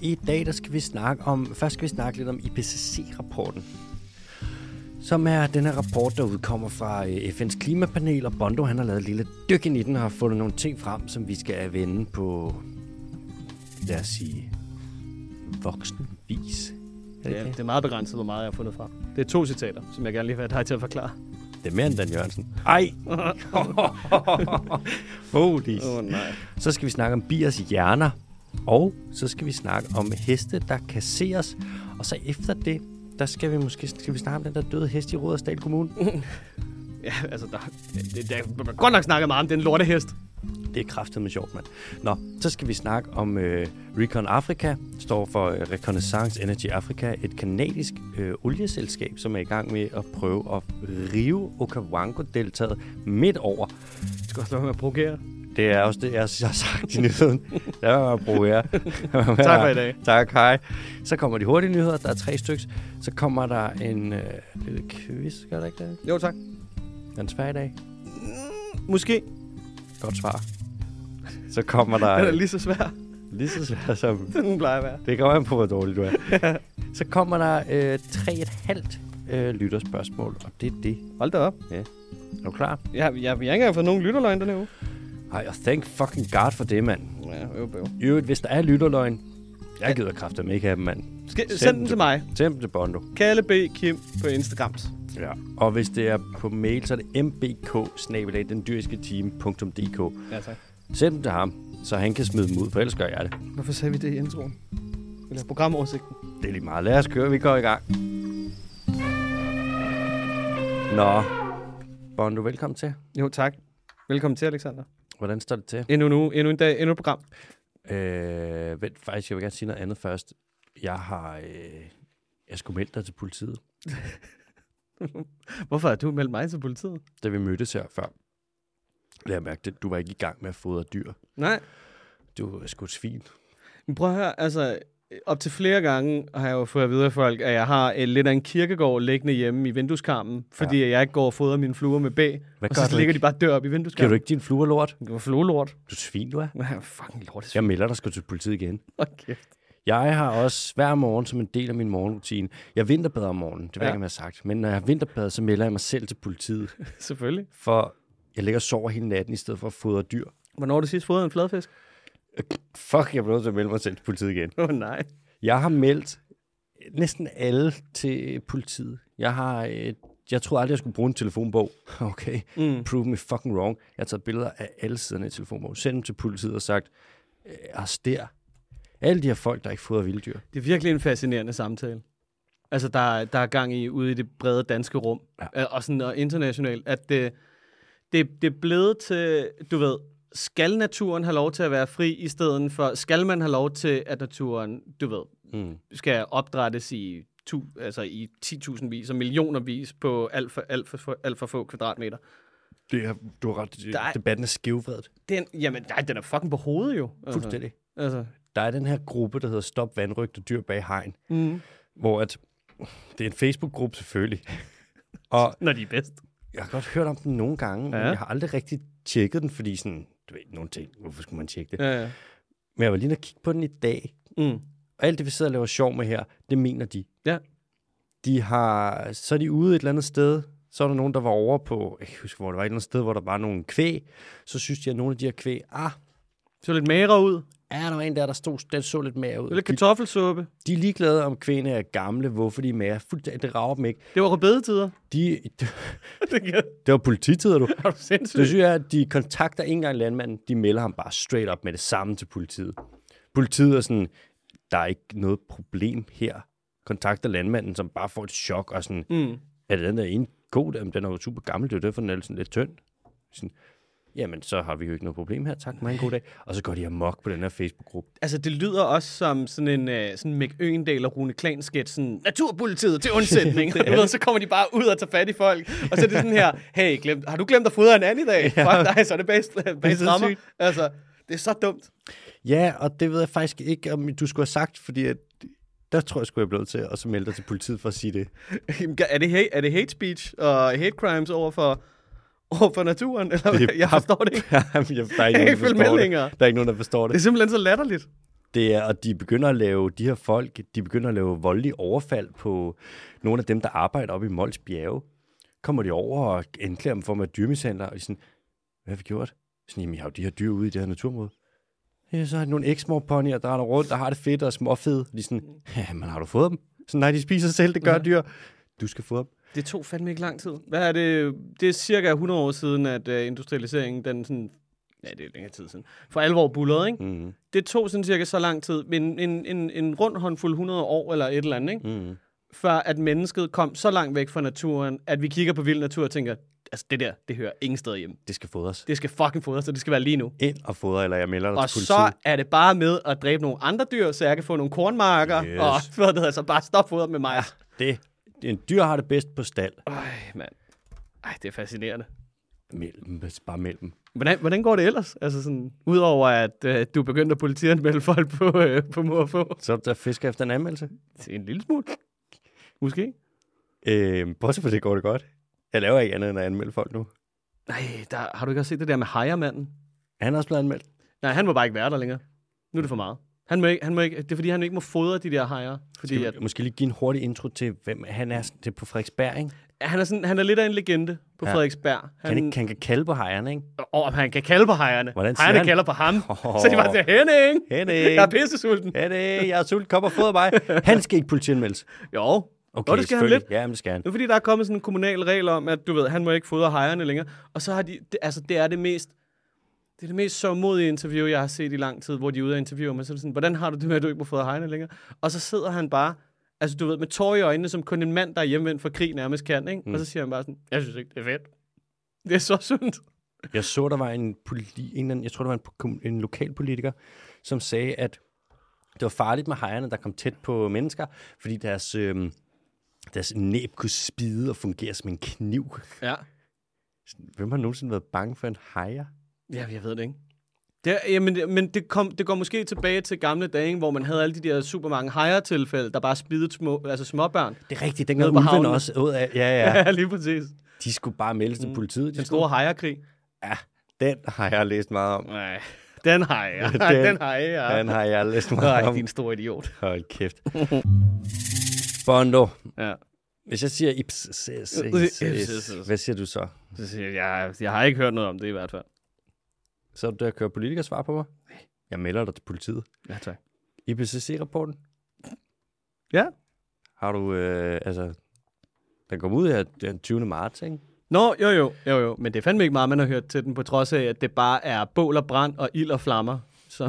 I dag der skal vi snakke lidt om IPCC-rapporten, som er den her rapport, der udkommer fra FN's klimapanel, og Bondo han har lavet et lille dyk ind i den og har fundet nogle ting frem, som vi skal vende på, lad os sige, voksen vis. Det er meget begrænset, hvor meget jeg har fundet frem. Det er 2 citater, som jeg gerne lige vil have dig til at forklare. Det er mere end Dan Jørgensen. Ej! Holy. Nej. Så skal vi snakke om biers hjerner, og så skal vi snakke om heste, der kasseres. Og så efter det, der skal vi snakke om den der døde hest i Rudersdal Kommune. Ja, altså, der godt nok snakket meget om den lortehest. Det er kraftedeme sjovt, mand. Nå, så skal vi snakke om Recon Africa, står for Reconnaissance Energy Africa, et kanadisk olieselskab, som er i gang med at prøve at rive Okavango-deltaet midt over. Du skal også lade med at provokere. Det er også det, jeg har sagt i nyheden. Der var at provokere. Tak for i dag. Tak, hej. Så kommer de hurtige nyheder, der er 3 stykker. Så kommer der en lille quiz, gør der ikke det? Jo, tak. Er den svær i dag? Måske. Godt svar. Så kommer der... Den er lige så svær. Lige så svær som... Den plejer at være. Det kommer an på, hvor dårlig du er. Så kommer der 3,5 lytterspørgsmål, og det er det. Hold da op. Ja. Er du klar? Jeg har ikke engang fået nogen lytterløgn denne uge. Ej, og thank fucking God for det, mand. Ja, jo. I øvrigt, hvis der er lytterløgn, jeg gider kræfter ikke have dem, mand. Send den til mig. Send dem til Bondo. Kalle B. Kim på Instagrams. Ja. Og hvis det er på mail, så er det mbk@dendyrisketime.dk. Ja, tak. Send dem til ham, så han kan smide dem ud, for ellers gør jeg det. Hvorfor sagde vi det i introen? Eller programoversigten? Det er lige meget. Lad os køre, vi går i gang. Nå, Bondo, velkommen til. Jo, tak. Velkommen til, Alexander. Hvordan står det til? Endnu en dag, endnu et program. Vent, faktisk, jeg vil gerne sige noget andet først. Jeg skulle melde dig til politiet. Hvorfor har du meldt mig til politiet? Da vi mødtes her før, jeg mærkte, at du var ikke i gang med at fodre dyr. Nej. Du er sgu et svin. Men prøv at høre, altså, op til flere gange har jeg jo fået at vide af folk, at jeg har lidt af en kirkegård liggende hjemme i vindueskarmen, fordi jeg ikke går og fodrer mine fluer med bæ, og så ligger de bare dør op i vindueskarmen. Giver du ikke din fluer lort? Det var fluelort. Du er svin, du er. Ja, fucking lort. Jeg melder dig sgu til politiet igen. Okay. Jeg har også hver morgen som en del af min morgenrutine. Jeg vinterbader om morgenen, det vil jeg ikke have sagt. Men når jeg har vinterbadet, så melder jeg mig selv til politiet. Selvfølgelig. For jeg ligger og sover hele natten, i stedet for at fodre dyr. Hvornår har du sidst fodret en fladfisk? Fuck, jeg bliver nødt til at melde mig selv til politiet igen. Nej. Jeg har meldt næsten alle til politiet. Jeg troede aldrig, jeg skulle bruge en telefonbog. Okay, prove me fucking wrong. Jeg har taget billeder af alle siderne i telefonbogen. Sendt dem til politiet og sagt, arrester alle de her folk, der ikke fodrer vilde dyr. Det er virkelig en fascinerende samtale. Altså, der er gang i ude i det brede danske rum, og sådan og internationalt, at det er blevet til, du ved, skal naturen have lov til at være fri, i stedet for, skal man have lov til, at naturen, du ved, skal opdrættes i 10.000 vis og millionervis på alt for få kvadratmeter. Du har ret. Debatten er skævvredet. Den er fucking på hovedet jo. Fuldstændig. Altså. Der er den her gruppe, der hedder Stop Vanrøgt og Dyr bag hegn, hvor det er en Facebook-gruppe selvfølgelig. Og når de er bedst. Jeg har godt hørt om den nogle gange, men jeg har aldrig rigtig tjekket den, fordi sådan, du ved, nogle ting, hvorfor skulle man tjekke det? Ja. Men jeg var lige at kigge på den i dag, og alt det, vi sidder og laver sjov med her, det mener de. Ja. Så er de ude et eller andet sted, så er der nogen, der var over på, jeg husker, hvor det var et eller andet sted, hvor der var nogle kvæg, så synes de, at nogle af de her kvæg, så lidt magre ud. Ja, der var en der så lidt mager ud. Lidt kartoffelsuppe. De er ligeglade om kvægene er gamle, hvorfor de er mager. Fuldstændig, det rager dem ikke. Det var rødbedetider. Det var polititider, du. Er du sindssygt? Det synes jeg, at de kontakter ikke engang landmanden. De melder ham bare straight up med det samme til politiet. Politiet er sådan, der er ikke noget problem her. Kontakter landmanden, som bare får et chok og sådan, er det den der ene god? Den er jo super gammel, det er derfor, den er sådan lidt tynd. Sådan, jamen, så har vi jo ikke noget problem her. Tak, en god dag. Og så går de amok på den her Facebook-gruppe. Altså, det lyder også som sådan en Mick Øgendahl og Rune Klan-sketch, naturpolitiet til undsætning. Du ved, så kommer de bare ud og tager fat i folk. Og så er det sådan her, hey, har du glemt at fodre en anden i dag? Ja. Fuck dig, så er det bedst rammer. Altså, det er så dumt. Ja, og det ved jeg faktisk ikke, om du skulle have sagt, fordi at der tror jeg, skulle jeg blive til at så melde dig til politiet for at sige det. Er det hate speech og hate crimes over for naturen? Eller? Jeg forstår det ikke. Der er ikke nogen, der forstår det. Det er simpelthen så latterligt. Det er, og de begynder at lave, de her folk, de begynder at lave voldelige overfald på nogle af dem, der arbejder oppe i Mols Bjerge. Kommer de over og anklager dem for at være dyrmishandler, og de sådan, hvad har vi gjort? Sådan, jamen, jeg har jo de her dyr ude i det her naturområde. Ja, så har de nogle Exmoor-ponyer, der render rundt, der har det fedt og småfede. De er sådan, ja, men har du fået dem? Sådan, nej, de spiser selv, det gør dyr. Du skal få dem. Det tog fandme ikke lang tid. Hvad er det? Det er cirka 100 år siden, at industrialiseringen, den sådan, ja, det er længere tid siden, for alvor bullede, ikke? Mm. Det tog sådan cirka så lang tid, men en rund håndfuld 100 år eller et eller andet, ikke? Mm. Før at mennesket kom så langt væk fra naturen, at vi kigger på vild natur og tænker, altså det der, det hører ingen steder hjemme. Det skal fodres. Det skal fucking fodres, og det skal være lige nu. Ind og fodre, eller jeg melder dig og til politiet. så er det bare med at dræbe nogle andre dyr, så jeg kan få nogle kornmarker, og hvad det hedder, så bare stop fodret med mig. Ja, en dyr har det bedst på stald. Mand. Ej, det er fascinerende. Bare mellem dem. Hvordan går det ellers? Altså sådan, udover at du begyndte at politianmelde folk på mor og få. Så er der fisker efter en anmeldelse? En lille smule. Måske. Bortset for det går det godt. Jeg laver ikke andet end at anmelde folk nu. Nej, har du ikke også set det der med hejermanden? Er han også blevet anmeldt? Nej, han må bare ikke være der længere. Nu er det for meget. Han må ikke, det er fordi, han ikke må fodre de der hejer. Fordi skal måske lige give en hurtig intro til, hvem han er. Det er på Frederiksberg, ikke? Han er lidt af en legende på Frederiksberg. Han kan kalde på hejerne, ikke? Han kan kalde på hejerne. Hejerne kalder på ham. Så de bare siger, Henning! Jeg er pissesulten. Henning, jeg er sulten. Kom og fodre mig. Han skal ikke politianmeldes. Jo. Okay, det skal han lidt. Ja, men det skal han. Det er fordi, der er kommet sådan en kommunal regel om, at du ved, han må ikke fodre hejerne længere. Og så har det er det mest sørgmodige interview, jeg har set i lang tid, hvor de er ude og interviewe mig. Så er det sådan, hvordan har du det med, at du ikke må fodre hejerne længere? Og så sidder han bare, altså du ved, med tår i øjnene, som kun en mand, der er hjemvendt fra krig nærmest kan, ikke? Og så siger han bare sådan, jeg synes ikke, det er fedt. Det er så sundt. Jeg så, der var jeg tror, der var en lokalpolitiker, som sagde, at det var farligt med hejerne, der kom tæt på mennesker, fordi deres næb kunne spide og fungere som en kniv. Ja. Hvem har nogensinde været bange for en hejer? Ja, jeg ved det ikke. Men det går måske tilbage til gamle dage, hvor man havde alle de der super mange hejertilfælde, der bare spidede småbørn. Det er rigtigt, dengang ulven også ud af. Ja, lige præcis. De skulle bare meldes til politiet. Den store hejerkrig. Ja, den har jeg læst meget om. Nej, den har jeg. Den har jeg læst meget om. Nej, din store idiot. Hold kæft. Bondo. Ja. Hvis jeg siger hvad siger du så? Så siger jeg har ikke hørt noget om det i hvert fald. Så er du der kører politikersvar på mig? Jeg melder dig til politiet. Ja, tak. IPCC-rapporten? Ja. Har du, den kom ud her den 20. marts, ikke? Nå, jo. Men det er fandme ikke meget, man har hørt til den, på trods af, at det bare er bål og brand og ild og flammer, som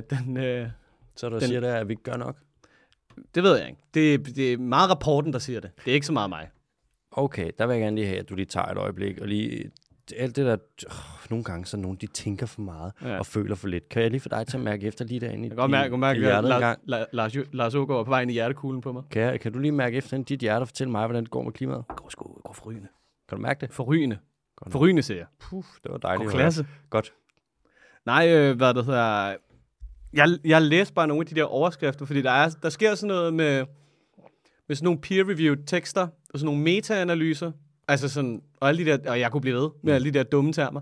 Så du siger der, at vi ikke gør nok? Det ved jeg ikke. Det er meget rapporten, der siger det. Det er ikke så meget mig. Okay, der vil jeg gerne lige have, at du lige tager et øjeblik, og lige alt det der, nogle gange så nogen, de tænker for meget og føler for lidt. Kan jeg lige få dig til at mærke efter lige derinde i hjertet en gang? Lars Ågaard er på vej ind i hjertekuglen på mig. Kan du lige mærke efter i dit hjerte og fortælle mig, hvordan det går med klimaet? Det går forrygende. Kan du mærke det? Forrygende, siger jeg. Det var dejligt. God klasse. Godt. Nej, hvad det hedder... Jeg læste bare nogle af de der overskrifter, fordi der sker sådan noget med sådan nogle peer-reviewed tekster, og sådan nogle meta-analyser, altså sådan, og alle de der, og jeg kunne blive ved med alle de der dumme termer,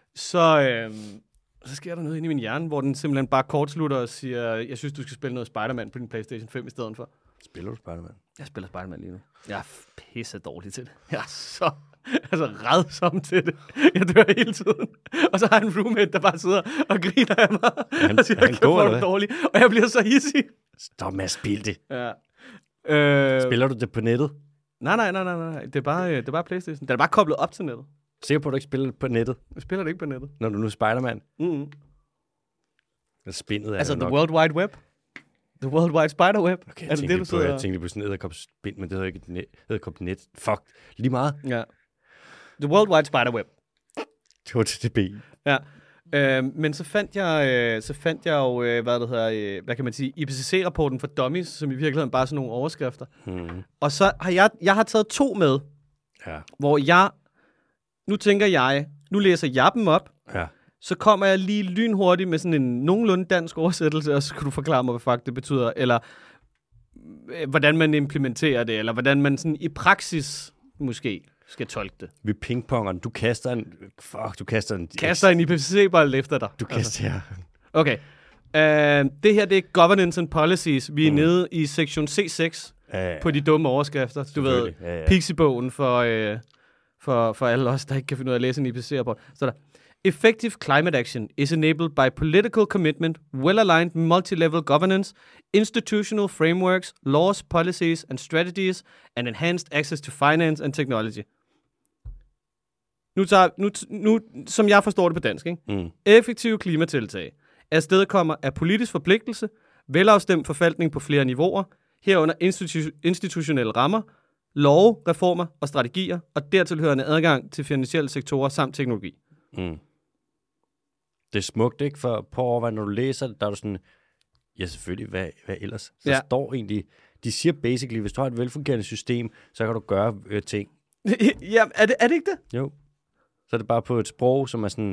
så sker der noget inde i min hjerne, hvor den simpelthen bare kortslutter og siger, jeg synes, du skal spille noget Spider-Man på din PlayStation 5 i stedet for. Spiller du Spider-Man? Jeg spiller Spider-Man lige nu. Jeg er pisse dårlig til det. Jeg er så rædsom til det. Jeg dør hele tiden. Og så har jeg en roommate, der bare sidder og griner af mig. Og siger, jeg kan få det dårligt. Og jeg bliver så hissig. Stop med at spille det. Ja. Spiller du det på nettet? Nej. Det er bare PlayStation. Den er bare koblet op til nettet. Sikker på, at du ikke spiller det på nettet? Jeg spiller det ikke på nettet. Når du nu er Spider-Man? Mm-hmm. Spindet er altså det the nok. World Wide Web? The World Wide Spider Web? Okay, jeg tænkte lige på sådan en edderkopspind, men det hedder ikke et edderkopnet. Fuck, lige meget. Ja. The World Wide Spider Web. Det var TTB. Ja. Men så fandt jeg jo, hvad kan man sige, IPCC-rapporten for Dummies, som i virkeligheden bare er sådan nogle overskrifter. Og så har jeg har taget 2 med, hvor nu læser jeg dem op, så kommer jeg lige lynhurtigt med sådan en nogenlunde dansk oversættelse, og så kan du forklare mig, hvad fuck det betyder, eller hvordan man implementerer det, eller hvordan man sådan i praksis måske skal tolke det. Vi pingponger. Du kaster en Kaster en IPCC-bold efter dig. Du kaster, Okay. Det her, det er Governance and Policies. Vi er nede i sektion C6 på de dumme overskrifter. Du ved, Pixie-bogen for alle os, der ikke kan finde ud af at læse en IPCC-rapport. Så der. Effective climate action is enabled by political commitment, well-aligned multi-level governance, institutional frameworks, laws, policies and strategies, and enhanced access to finance and technology. Nu som jeg forstår det på dansk, ikke? Effektive klimatiltag afstedkommer af politisk forpligtelse, velafstemt forvaltning på flere niveauer, herunder institutionelle rammer, love, reformer og strategier, og dertilhørende adgang til finansielle sektorer samt teknologi. Det er smukt, ikke? For på overvej, når du læser det, der er du sådan, ja selvfølgelig, hvad ellers? Så står egentlig, de siger basically, hvis du har et velfungerende system, så kan du gøre ting. Ja, er det ikke det? Jo. Så er det bare på et sprog, som er sådan,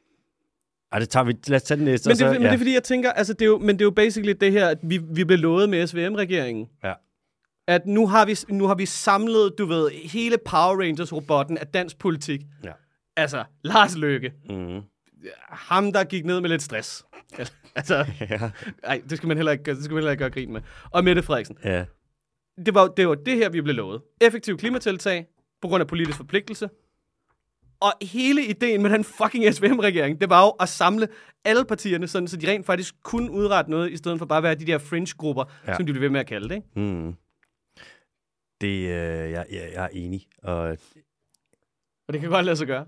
det tager vi, lad os tage den næste. Men det er fordi, jeg tænker, altså det er jo basically det her, at vi blev lovet med SVM-regeringen. Ja. At nu har vi samlet, du ved, hele Power Rangers-robotten af dansk politik. Ja. Altså, Lars Løkke. Ham, der gik ned med lidt stress. Altså, det skal man heller ikke gøre grin med. Og Mette Frederiksen. Ja. Det var det her, vi blev lovet. Effektiv klimatiltag på grund af politisk forpligtelse. Og hele ideen med den fucking SVM-regering, det var jo at samle alle partierne, sådan, så de rent faktisk kunne udrette noget, i stedet for bare at være de der fringe-grupper, som de blev ved med at kalde det, ikke? Det, jeg er enig. Og det kan godt lade sig gøre.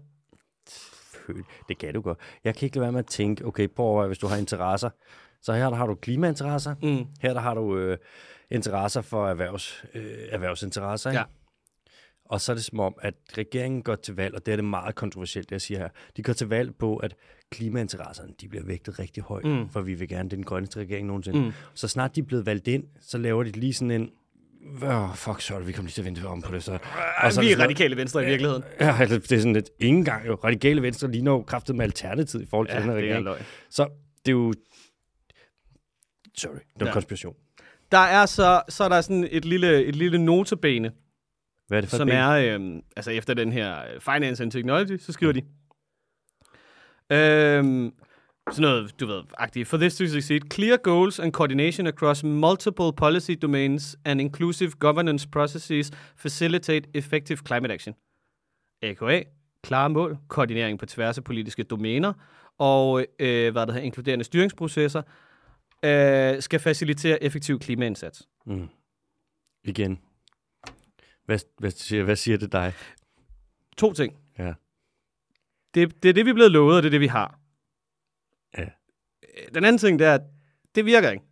Det kan du godt. Jeg kan ikke lade være med at tænke, okay, på hvis du har interesser. Så her der har du klimainteresser. Her der har du interesser for erhvervsinteresser. Ikke? Ja. Og så er det som om, at regeringen går til valg, og det er det meget kontroversielt, det jeg siger her. De går til valg på, at klimainteresserne, de bliver vægtet rigtig højt, for vi vil gerne, det er den grønneste regering nogensinde. Så snart de er blevet valgt ind, så laver de lige sådan en, vi kommer lige til at vente om på det. Så. Og så vi er radikale venstre i virkeligheden. Ja, det er sådan lidt, ingen gang jo. Radikale venstre lige nu kraftet med alternativ i forhold til den her regering. Så det er jo, det er en konspiration. Der er så er der sådan et lille notebane. Hvad er det for som er, altså efter den her Finance and Technology, så skriver de, sådan noget, du ved, agtigt. For this to succeed, clear goals and coordination across multiple policy domains and inclusive governance processes facilitate effective climate action. AKA, klare mål, koordinering på tværs af politiske domæner, og inkluderende styringsprocesser, skal facilitere effektiv klimaindsats. Igen. Hvad siger det dig? 2 ting. Ja. Det er det, vi er blevet lovet, og det er det, vi har. Ja. Den anden ting, det er, at det virker ikke.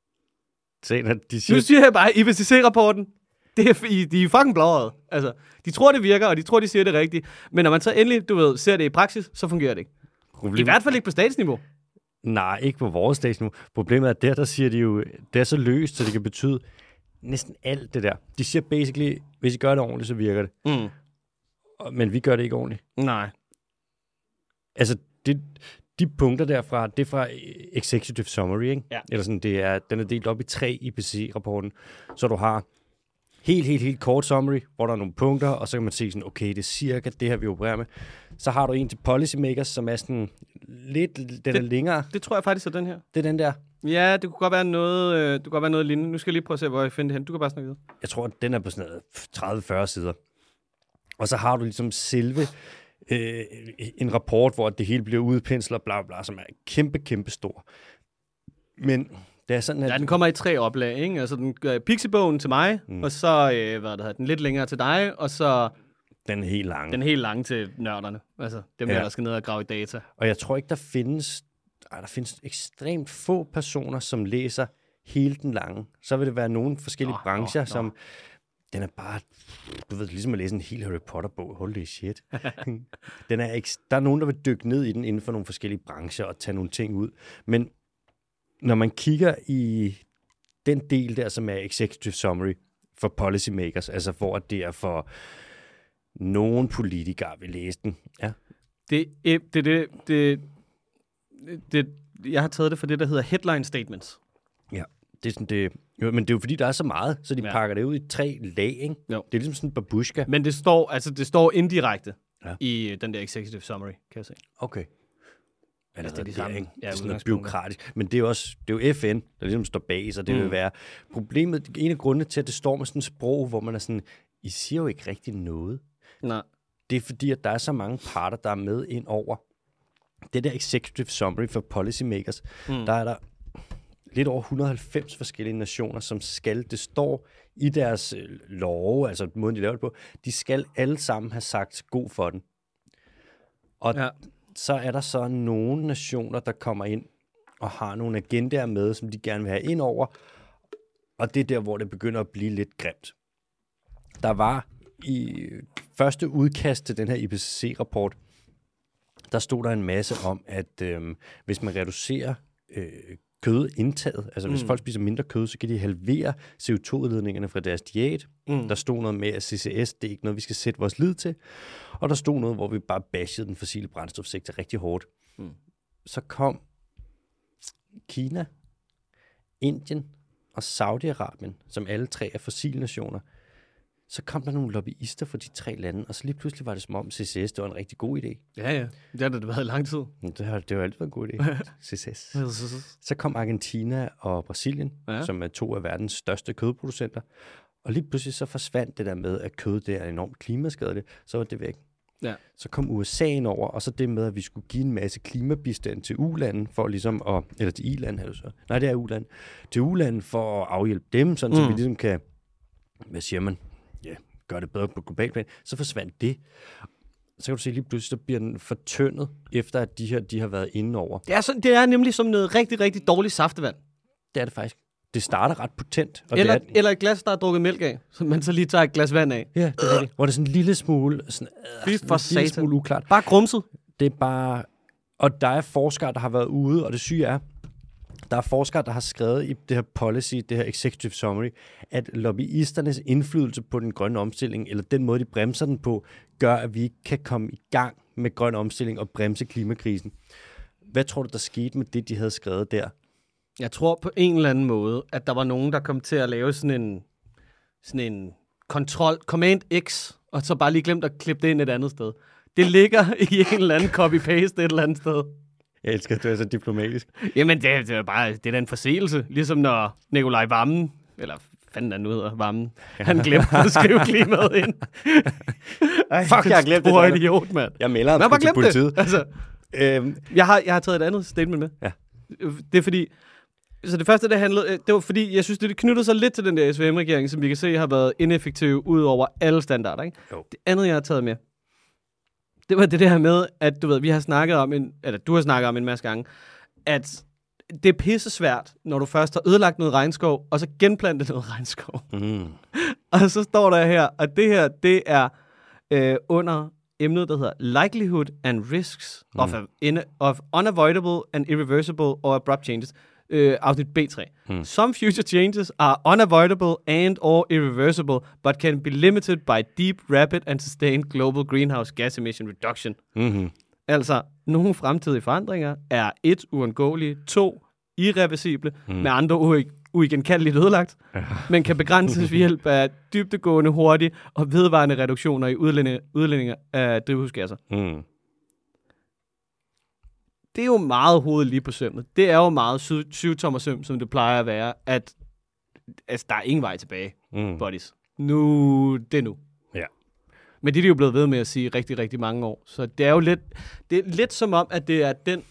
Nu siger jeg bare, IPCC-rapporten, de er fucking blåret. Altså, de tror, det virker, og de tror, de siger det rigtigt. Men når man så endelig, du ved, ser det i praksis, så fungerer det ikke. I hvert fald ikke på statsniveau. Nej, ikke på vores statsniveau. Problemet er, der siger de jo, det er så løst, så det kan betyde næsten alt det der. De siger basically, hvis I gør det ordentligt, så virker det. Men vi gør det ikke ordentligt. Nej. Altså, de punkter derfra, det er fra Executive Summary, ikke? Ja. Eller sådan, den er delt op i 3 IPCC-rapporten. Så du har helt kort summary, hvor der er nogle punkter, og så kan man se sådan, okay, det er cirka det her, vi opererer med. Så har du en til policymakers, som er sådan lidt, den er længere. Det tror jeg faktisk er den her. Det er den der. Ja, det kunne godt være noget lignende. Nu skal jeg lige prøve at se, hvor jeg finder det hen. Du kan bare snakke videre. Jeg tror, at den er på sådan noget 30-40 sider. Og så har du ligesom selve en rapport, hvor det hele bliver udpenslet, bla bla, som er kæmpe stor. Men det er sådan, at... Ja, den kommer i 3 oplag, ikke? Altså, den Pixie-bogen til mig, og så, den lidt længere til dig, og så... Den helt lange. Den helt lange til nørderne. Altså, dem der skal ned og grave i data. Og jeg tror ikke, der findes ekstremt få personer, som læser hele den lange. Så vil det være nogle forskellige brancher, som... Den er bare, du ved, ligesom at læse en hel Harry Potter-bog. Holy shit. Der er nogen, der vil dykke ned i den inden for nogle forskellige brancher og tage nogle ting ud. Men når man kigger i den del der, som er Executive Summary for policymakers, altså for at det er for nogle politikere, vil læse den. Ja. Jeg har taget det for det, der hedder headline statements. Ja, det er sådan det. Jo, men det er jo fordi, der er så meget, så de pakker det ud i 3 lag, ikke? Jo. Det er ligesom sådan en babushka. Men det står indirekte i den der Executive Summary, kan jeg se. Okay. Eller det er de samme. ikke? Ja, det er sådan noget bureaukratisk. Men det er jo FN, der ligesom står bag, så det vil være problemet. En af grundene til, at det står med sådan et sprog, hvor man er sådan, I siger jo ikke rigtig noget. Nej. Det er fordi, at der er så mange parter, der er med ind over. Det der executive summary for policymakers, der er der lidt over 190 forskellige nationer, som det står i deres love, altså måden de laver det på, de skal alle sammen have sagt god for den. Og så er der så nogle nationer, der kommer ind og har nogle agendaer med, som de gerne vil have ind over, og det er der, hvor det begynder at blive lidt grimt. Der var i første udkast til den her IPCC-rapport, der stod der en masse om, at hvis man reducerer kødindtaget, altså hvis folk spiser mindre kød, så kan de halvere CO2-udledningerne fra deres diæt. Der stod noget med, at CCS, det er ikke noget, vi skal sætte vores lid til. Og der stod noget, hvor vi bare bashede den fossile brændstofsektor rigtig hårdt. Så kom Kina, Indien og Saudi-Arabien, som alle tre er fossile nationer. Så kom der nogle lobbyister fra de tre lande, og så lige pludselig var det som om CCS, det var en rigtig god idé. Ja. Det har det været i lang tid. Det har altid været en god idé, CCS. Så kom Argentina og Brasilien, som er to af verdens største kødproducenter. Og lige pludselig så forsvandt det der med, at kød det er enormt klimaskadeligt. Så var det væk. Ja. Så kom USA ind over, og så det med, at vi skulle give en masse klimabistand til U-landen, for ligesom at, eller til I-land, det så. Nej, det er U-land. Til U-landen for at afhjælpe dem, sådan så vi ligesom kan, hvad siger man, gøre det bedre på globalt plan, så forsvandt det. Så kan du se lige pludselig, så bliver den fortyndet, efter at de har været inde over. Det er nemlig som noget rigtig, rigtig dårligt saftevand. Det er det faktisk. Det starter ret potent. Og eller et glas, der er drukket mælk af, så man så lige tager et glas vand af. Ja, det er det. Hvor det er sådan en lille smule, smule uklart. Bare grumset. Det er bare... Og der er forskere, der har været ude, og det syge er, der er forskere, der har skrevet i det her policy, det her executive summary, at lobbyisternes indflydelse på den grønne omstilling, eller den måde, de bremser den på, gør, at vi ikke kan komme i gang med grøn omstilling og bremse klimakrisen. Hvad tror du, der skete med det, de havde skrevet der? Jeg tror på en eller anden måde, at der var nogen, der kom til at lave sådan en kontrol, Command X, og så bare lige glemt at klippe det ind et andet sted. Det ligger i en eller anden copy-paste et eller andet sted. Jeg elsker, at du er så diplomatisk. Jamen, det er da en forseelse. Ligesom når Nikolaj Vammen, eller fanden han nu hedder, Vammen, han glemte at skrive klimaet ind. Fuck, jeg har glemt det. Du er idiot, mand. Jeg melder ham til politiet. Altså, jeg har taget et andet statement med. Ja. Det er fordi... Så det første, det var fordi, jeg synes, det knyttede sig lidt til den der SVM-regering, som vi kan se har været ineffektiv ud over alle standarder. Ikke? Det andet, jeg har taget med, det var det der med, at du ved, vi har snakket om, du har snakket om en masse gange, at det er pissesvært, når du først har ødelagt noget regnskov, og så genplantet noget regnskov. Og så står der her, at det her, det er under emnet, der hedder Likelihood and Risks of Unavoidable and Irreversible or Abrupt Changes. Afsnit B3. Some future changes are unavoidable and or irreversible, but can be limited by deep, rapid and sustained global greenhouse gas emission reduction. Altså, nogle fremtidige forandringer er 1. uundgåelige, 2. irreversible, med andre uigenkaldeligt ødelagt, men kan begrænses ved hjælp af dybdegående, hurtige og vedvarende reduktioner i udledninger af drivhusgasser. Det er jo meget hovedet lige på sømmet. Det er jo meget syvtommer søm, som det plejer at være, at altså, der er ingen vej tilbage, buddies. Nu. Ja. Men det er de jo blevet ved med at sige rigtig, rigtig mange år. Så det er jo lidt som om, at det er den,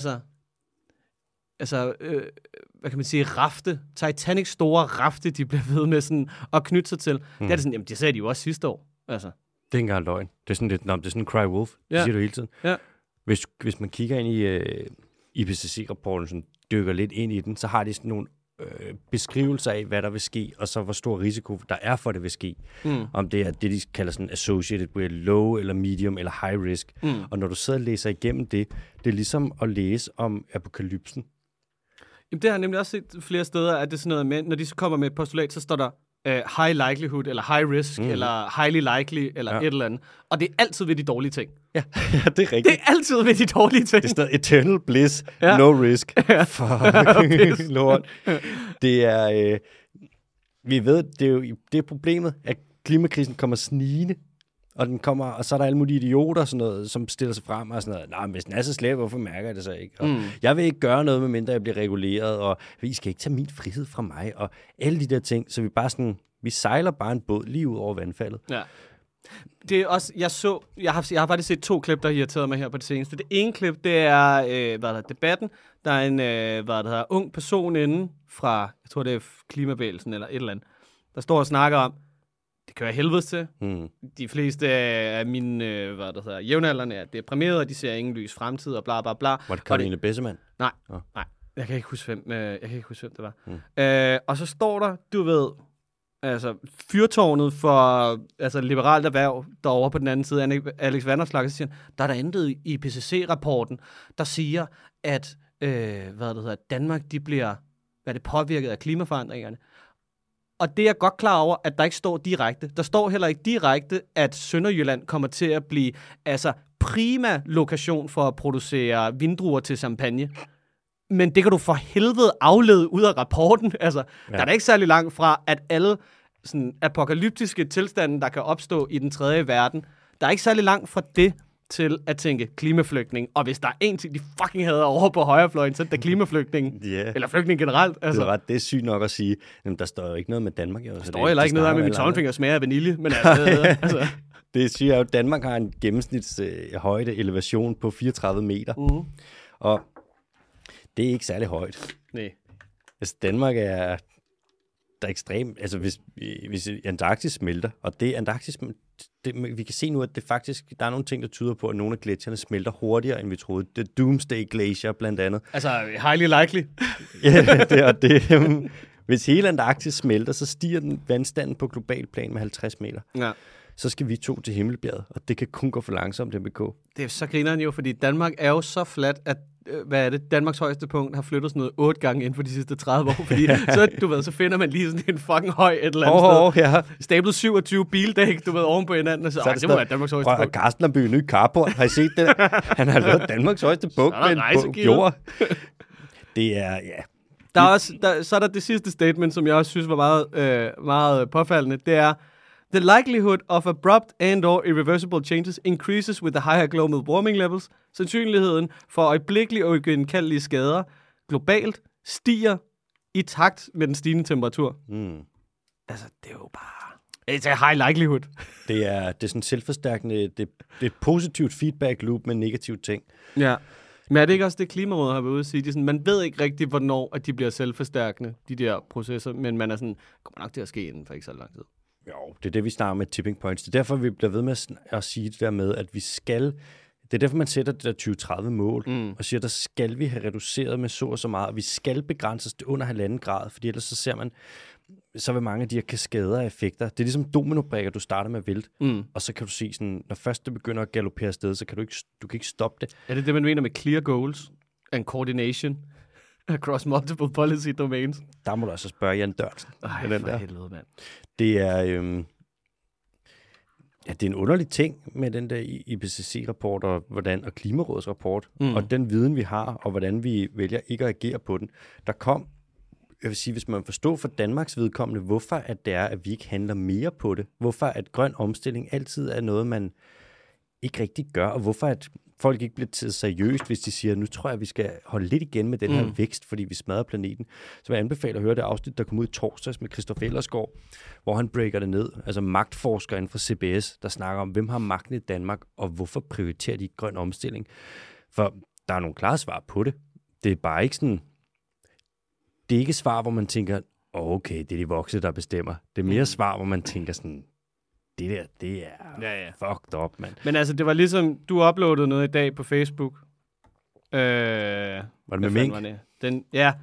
hvad kan man sige, rafte, Titanic store rafte, de bliver ved med sådan at knytte sig til. Det er det sådan, jamen det sagde de jo også sidste år. Altså. Det er ikke engang løgn. Det er sådan lidt, det er sådan en cry wolf. Det siger du hele tiden. Ja. Hvis man kigger ind i IPCC-rapporten, sådan dykker lidt ind i den, så har de sådan nogle beskrivelser af, hvad der vil ske, og så hvor stor risiko der er for, det vil ske. Om det er det, de kalder sådan associated with low, eller medium, eller high risk. Og når du sidder og læser igennem det er ligesom at læse om apokalypsen. Jamen, det har jeg nemlig også set flere steder, at det er sådan noget med, når de så kommer med et postulat, så står der high likelihood, eller high risk, eller highly likely, eller et eller andet. Og det er altid ved de dårlige ting. Ja, det er rigtigt. Det er altid ved de dårlige ting. Det er stadig eternal bliss, no risk. For lort. Det er, vi ved, det er problemet, at klimakrisen kommer snigende. og den kommer, og så er der alle mulige idioter, sådan noget, som stiller sig frem og sådan noget. Nej, men hvis den er så slem, hvorfor mærker jeg det så ikke? Og jeg vil ikke gøre noget, medmindre jeg bliver reguleret, og I skal ikke tage min frihed fra mig, og alle de der ting. Så vi bare sådan, vi sejler bare en båd lige ud over vandfaldet. Ja. Det er også, jeg har faktisk set 2 klip, der irriterede mig her på det seneste. Det ene klip, det er, debatten. Der er en, ung person inde fra, jeg tror det er klimabevægelsen eller et eller andet, der står og snakker om, det kører helvedes til. De fleste af mine, jævnaldrende er deprimeret, og de ser ingen lys fremtid, og bla bla bla. Var det Karoline Bessemann? Nej. Jeg kan ikke huske, hvem det var. Og så står der, du ved, altså fyrtårnet for liberalt erhverv derovre på den anden side, Alex Vanopslagh, så siger han, der er der intet i IPCC-rapporten, der siger, at Danmark, de bliver påvirket af klimaforandringerne. Og det er jeg godt klar over, at der ikke står direkte. Der står heller ikke direkte, at Sønderjylland kommer til at blive prima lokation for at producere vindruer til champagne. Men det kan du for helvede aflede ud af rapporten. Der er da ikke særlig langt fra, at alle sådan apokalyptiske tilstande, der kan opstå i den tredje verden, der er ikke særlig langt fra det til at tænke klimaflygtning. Og hvis der er en ting, de fucking hader over på højrefløjen, så er det klimaflygtning. Eller flygtning generelt. Altså. Det er sygt nok at sige. Jamen, der står jo ikke noget med Danmark. Der står heller ikke noget af, med min tommelfinger smager af vanilje. Men det siger jo, at Danmark har en gennemsnitshøjde elevation på 34 meter. Og det er ikke særlig højt. Nej. Altså, Danmark er ekstremt. Altså, hvis Antarktis smelter, og det Antarktis, vi kan se nu, at det faktisk, der er nogle ting, der tyder på, at nogle af gletsjerne smelter hurtigere, end vi troede. Det Doomsday Glacier, blandt andet. Altså, highly likely. Ja, det. Hvis hele Antarktis smelter, så stiger den vandstanden på global plan med 50 meter. Ja. Så skal vi 2 til Himmelbjerget, og det kan kun gå for langsomt, MBK. Det er så grineren jo, fordi Danmark er jo så fladt, at Danmarks højeste punkt har flyttet sådan noget 8 gange inden for de sidste 30 år, fordi så finder man lige sådan en fucking høj et eller andet sted. Ja. Stablet 27 bildæk, oven på hinanden, og så det må være Danmarks højeste punkt. Karsten har bygget ny carport. Har I set det? Han har lavet Danmarks højeste punkt med en jord. Det er, ja. Så er der det sidste statement, som jeg også synes var meget påfaldende. Det er, the likelihood of abrupt and or irreversible changes increases with the higher global warming levels. Sandsynligheden for øjeblikkelige og uigenkaldelige skader globalt stiger i takt med den stigende temperatur. Altså, det er jo bare... It's a high likelihood. Det er sådan selvforstærkende... Det er et positivt feedback loop med negative ting. Ja. Men er det ikke også det, Klimarådet har været ude at sige? Sådan, man ved ikke rigtigt, hvornår at de bliver selvforstærkende, de der processer, men man er sådan, kommer nok til at ske inden for ikke så lang tid. Jo, det er det, vi snakker med tipping points. Det er derfor, vi bliver ved med at sige det der med, at vi skal... Det er derfor, man sætter det der 2030-mål, og siger, der skal vi have reduceret med så og så meget, og vi skal begrænses til under 1,5 grad, fordi ellers så ser man, så vil mange af de her kaskader af effekter. Det er ligesom dominobrikker, du starter med at vælte, og så kan du se sådan, når først det begynder at galoppere afsted, så kan du kan ikke stoppe det. Er det det, man mener med clear goals and coordination across multiple policy domains? Der må du altså spørge Jan Dørnsen. Ej, for helvede, mand. Det er... det er en underlig ting med den der IPCC-rapport og Klimarådets rapport, og den viden, vi har, og hvordan vi vælger ikke at agere på den. Der kom, jeg vil sige, hvis man forstår for Danmarks vedkommende, hvorfor at det er, at vi ikke handler mere på det, hvorfor at grøn omstilling altid er noget, man ikke rigtig gør, og hvorfor at folk ikke bliver taget seriøst, hvis de siger, nu tror jeg, vi skal holde lidt igen med den her vækst, fordi vi smadrer planeten. Så vil jeg anbefale at høre det afsnit, der kom ud i torsdags med Christoph Ellersgaard, hvor han breaker det ned. Altså magtforsker inden for CBS, der snakker om, hvem har magten i Danmark, og hvorfor prioriterer de grøn omstilling. For der er nogle klare svar på det. Det er bare ikke sådan... Det er ikke svar, hvor man tænker, okay, det er de voksne, der bestemmer. Det er mere svar, hvor man tænker sådan... Det er fucked up, mand. Men altså, det var ligesom, du uploadede noget i dag på Facebook. Var det med mink? Ja.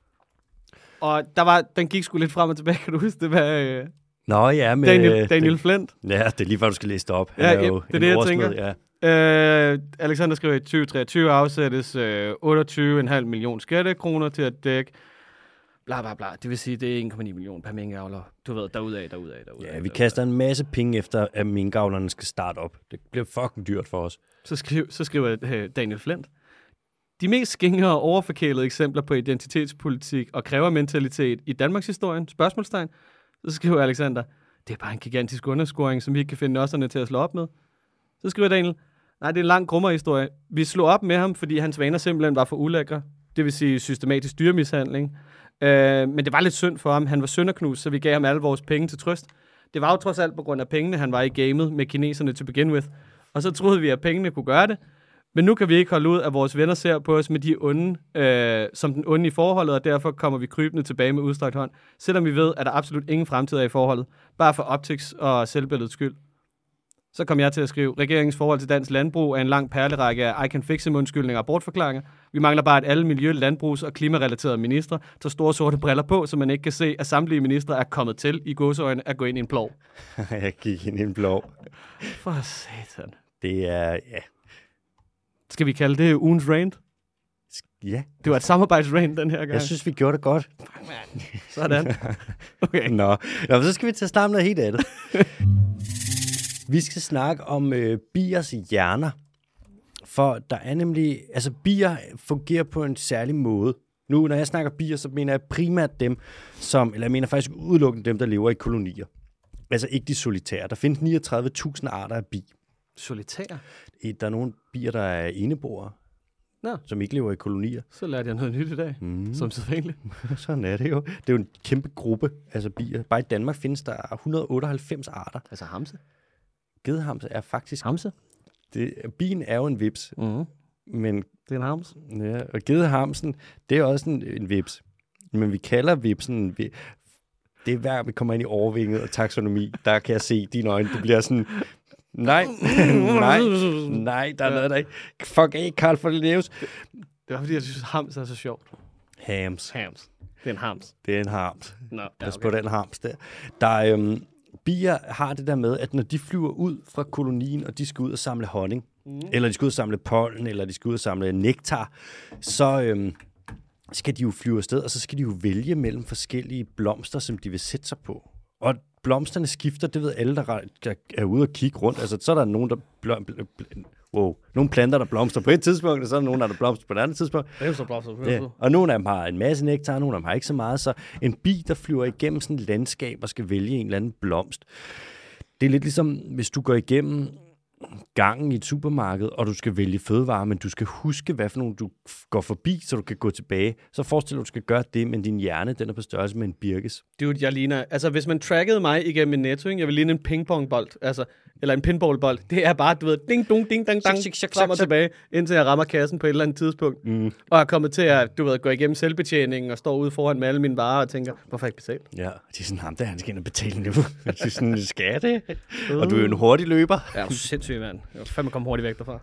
Og den gik sgu lidt frem og tilbage, kan du huske det? Nå ja, med... Daniel Flint. Ja, det er lige før, du skal læse det op. Ja, det er det, jeg tænker. Ja. Alexander skriver, i 2023 afsættes 28,5 millioner skattekroner til at dække bla bla bla. Det vil sige, det er 1,9 millioner per minkavler. Du ved, derudad. Ja, vi kaster en masse penge efter, at minkavlerne skal starte op. Det bliver fucking dyrt for os. Så skriver Daniel Flint. De mest skingre og overforkælede eksempler på identitetspolitik og krævermentalitet i Danmarks historien, spørgsmålstegn. Så skriver Alexander, Det er bare en gigantisk underscoring, som vi ikke kan finde nosserne til at slå op med. Så skriver Daniel, nej, det er en lang grummerhistorie. Vi slog op med ham, fordi hans vaner simpelthen var for ulækre. Det vil sige systematisk dyremishandling. Men det var lidt synd for ham. Han var sønderknust, så vi gav ham alle vores penge til trøst. Det var jo trods alt på grund af pengene, han var i gamet med kineserne to begin with. Og så troede vi, at pengene kunne gøre det. Men nu kan vi ikke holde ud, at vores venner ser på os med de onde, som den onde i forholdet, og derfor kommer vi krybende tilbage med udstrakt hånd. Selvom vi ved, at der absolut ingen fremtid er i forholdet. Bare for optics og selvbillets skyld. Så kom jeg til at skrive, regeringens forhold til dansk landbrug er en lang perlerække af I can fix him undskyldninger og bortforklaringer. Vi mangler bare, at alle miljø-, landbrugs- og klimarelaterede ministre tager store sorte briller på, så man ikke kan se, at samtlige ministre er kommet til i gåseøjne at gå ind i en plov. Jeg gik ind i en plov. For satan. Det er, ja. Skal vi kalde det ugens rant? Ja. Det var et samarbejdsrant den her gang. Jeg synes, vi gjorde det godt. Sådan. Okay. Nå, så skal vi til at starte noget helt andet. Vi skal snakke om biers hjerner. For der er nemlig, altså bier fungerer på en særlig måde. Nu, når jeg snakker bier, så mener jeg primært dem, eller jeg mener faktisk udelukkende dem, der lever i kolonier. Altså ikke de solitære. Der findes 39.000 arter af bi. Solitære? Der er nogle bier, der er eneboere, som ikke lever i kolonier. Så lærte jeg noget nyt i dag, som sædvanligt. Sådan er det jo. Det er jo en kæmpe gruppe, altså bier. Bare i Danmark findes der 198 arter. Altså hamse? Gedehamse er faktisk... Hamse? Bien er jo en vips. Men, det er en hams. Ja, og gedehamsen, det er også en vips. Men vi kalder vipsen... Det er hver, vi kommer ind i overvinget og taksonomi. Der kan jeg se dine øjne. Det bliver sådan... Nej, der er noget, der ikke... Fuck af, Carl for Linnaeus. Det var fordi, jeg synes, hams er så sjovt. Hams. Det er en hams. Det er en hams. Nå, ja, okay. På den hams der. Der bier har det der med, at når de flyver ud fra kolonien, og de skal ud og samle honning, eller de skal ud og samle pollen, eller de skal ud og samle nektar, så skal de jo flyve afsted, og så skal de jo vælge mellem forskellige blomster, som de vil sætte sig på. Og blomsterne skifter, det ved alle, der er ude og kigge rundt. Altså, så er der nogen, nogle planter, der blomster på et tidspunkt, og så er der nogen, der blomster på et andet tidspunkt. Ja. Og nogle af dem har en masse nektar, nogle af dem har ikke så meget. Så en bi, der flyver igennem sådan et landskab og skal vælge en eller anden blomst. Det er lidt ligesom, hvis du går igennem gangen i et supermarked, og du skal vælge fødevarer, men du skal huske, hvad for nogle du går forbi, så du kan gå tilbage. Så forestil dig, at du skal gøre det, men din hjerne, den er på størrelse med en birkes. Dude, jeg ligner... Altså, hvis man trackede mig igennem en Netto, jeg vil ligne en pingpongbold, altså, eller en pinballbold. Det er bare, du ved, ding, dong, ding, dang, dang, frem og tilbage, indtil jeg rammer kassen på et eller andet tidspunkt. Og er kommet til at, du ved, gå igennem selvbetjeningen og stå ude foran med alle mine varer og tænker, hvorfor ikke betale? Ja, de er sådan, ham der, han skal ind og betale nu. De er sådan, skal det? Og du er jo en hurtig løber. Ja, du er sindssyg, mand. Jeg var fandme komme hurtigt væk derfra.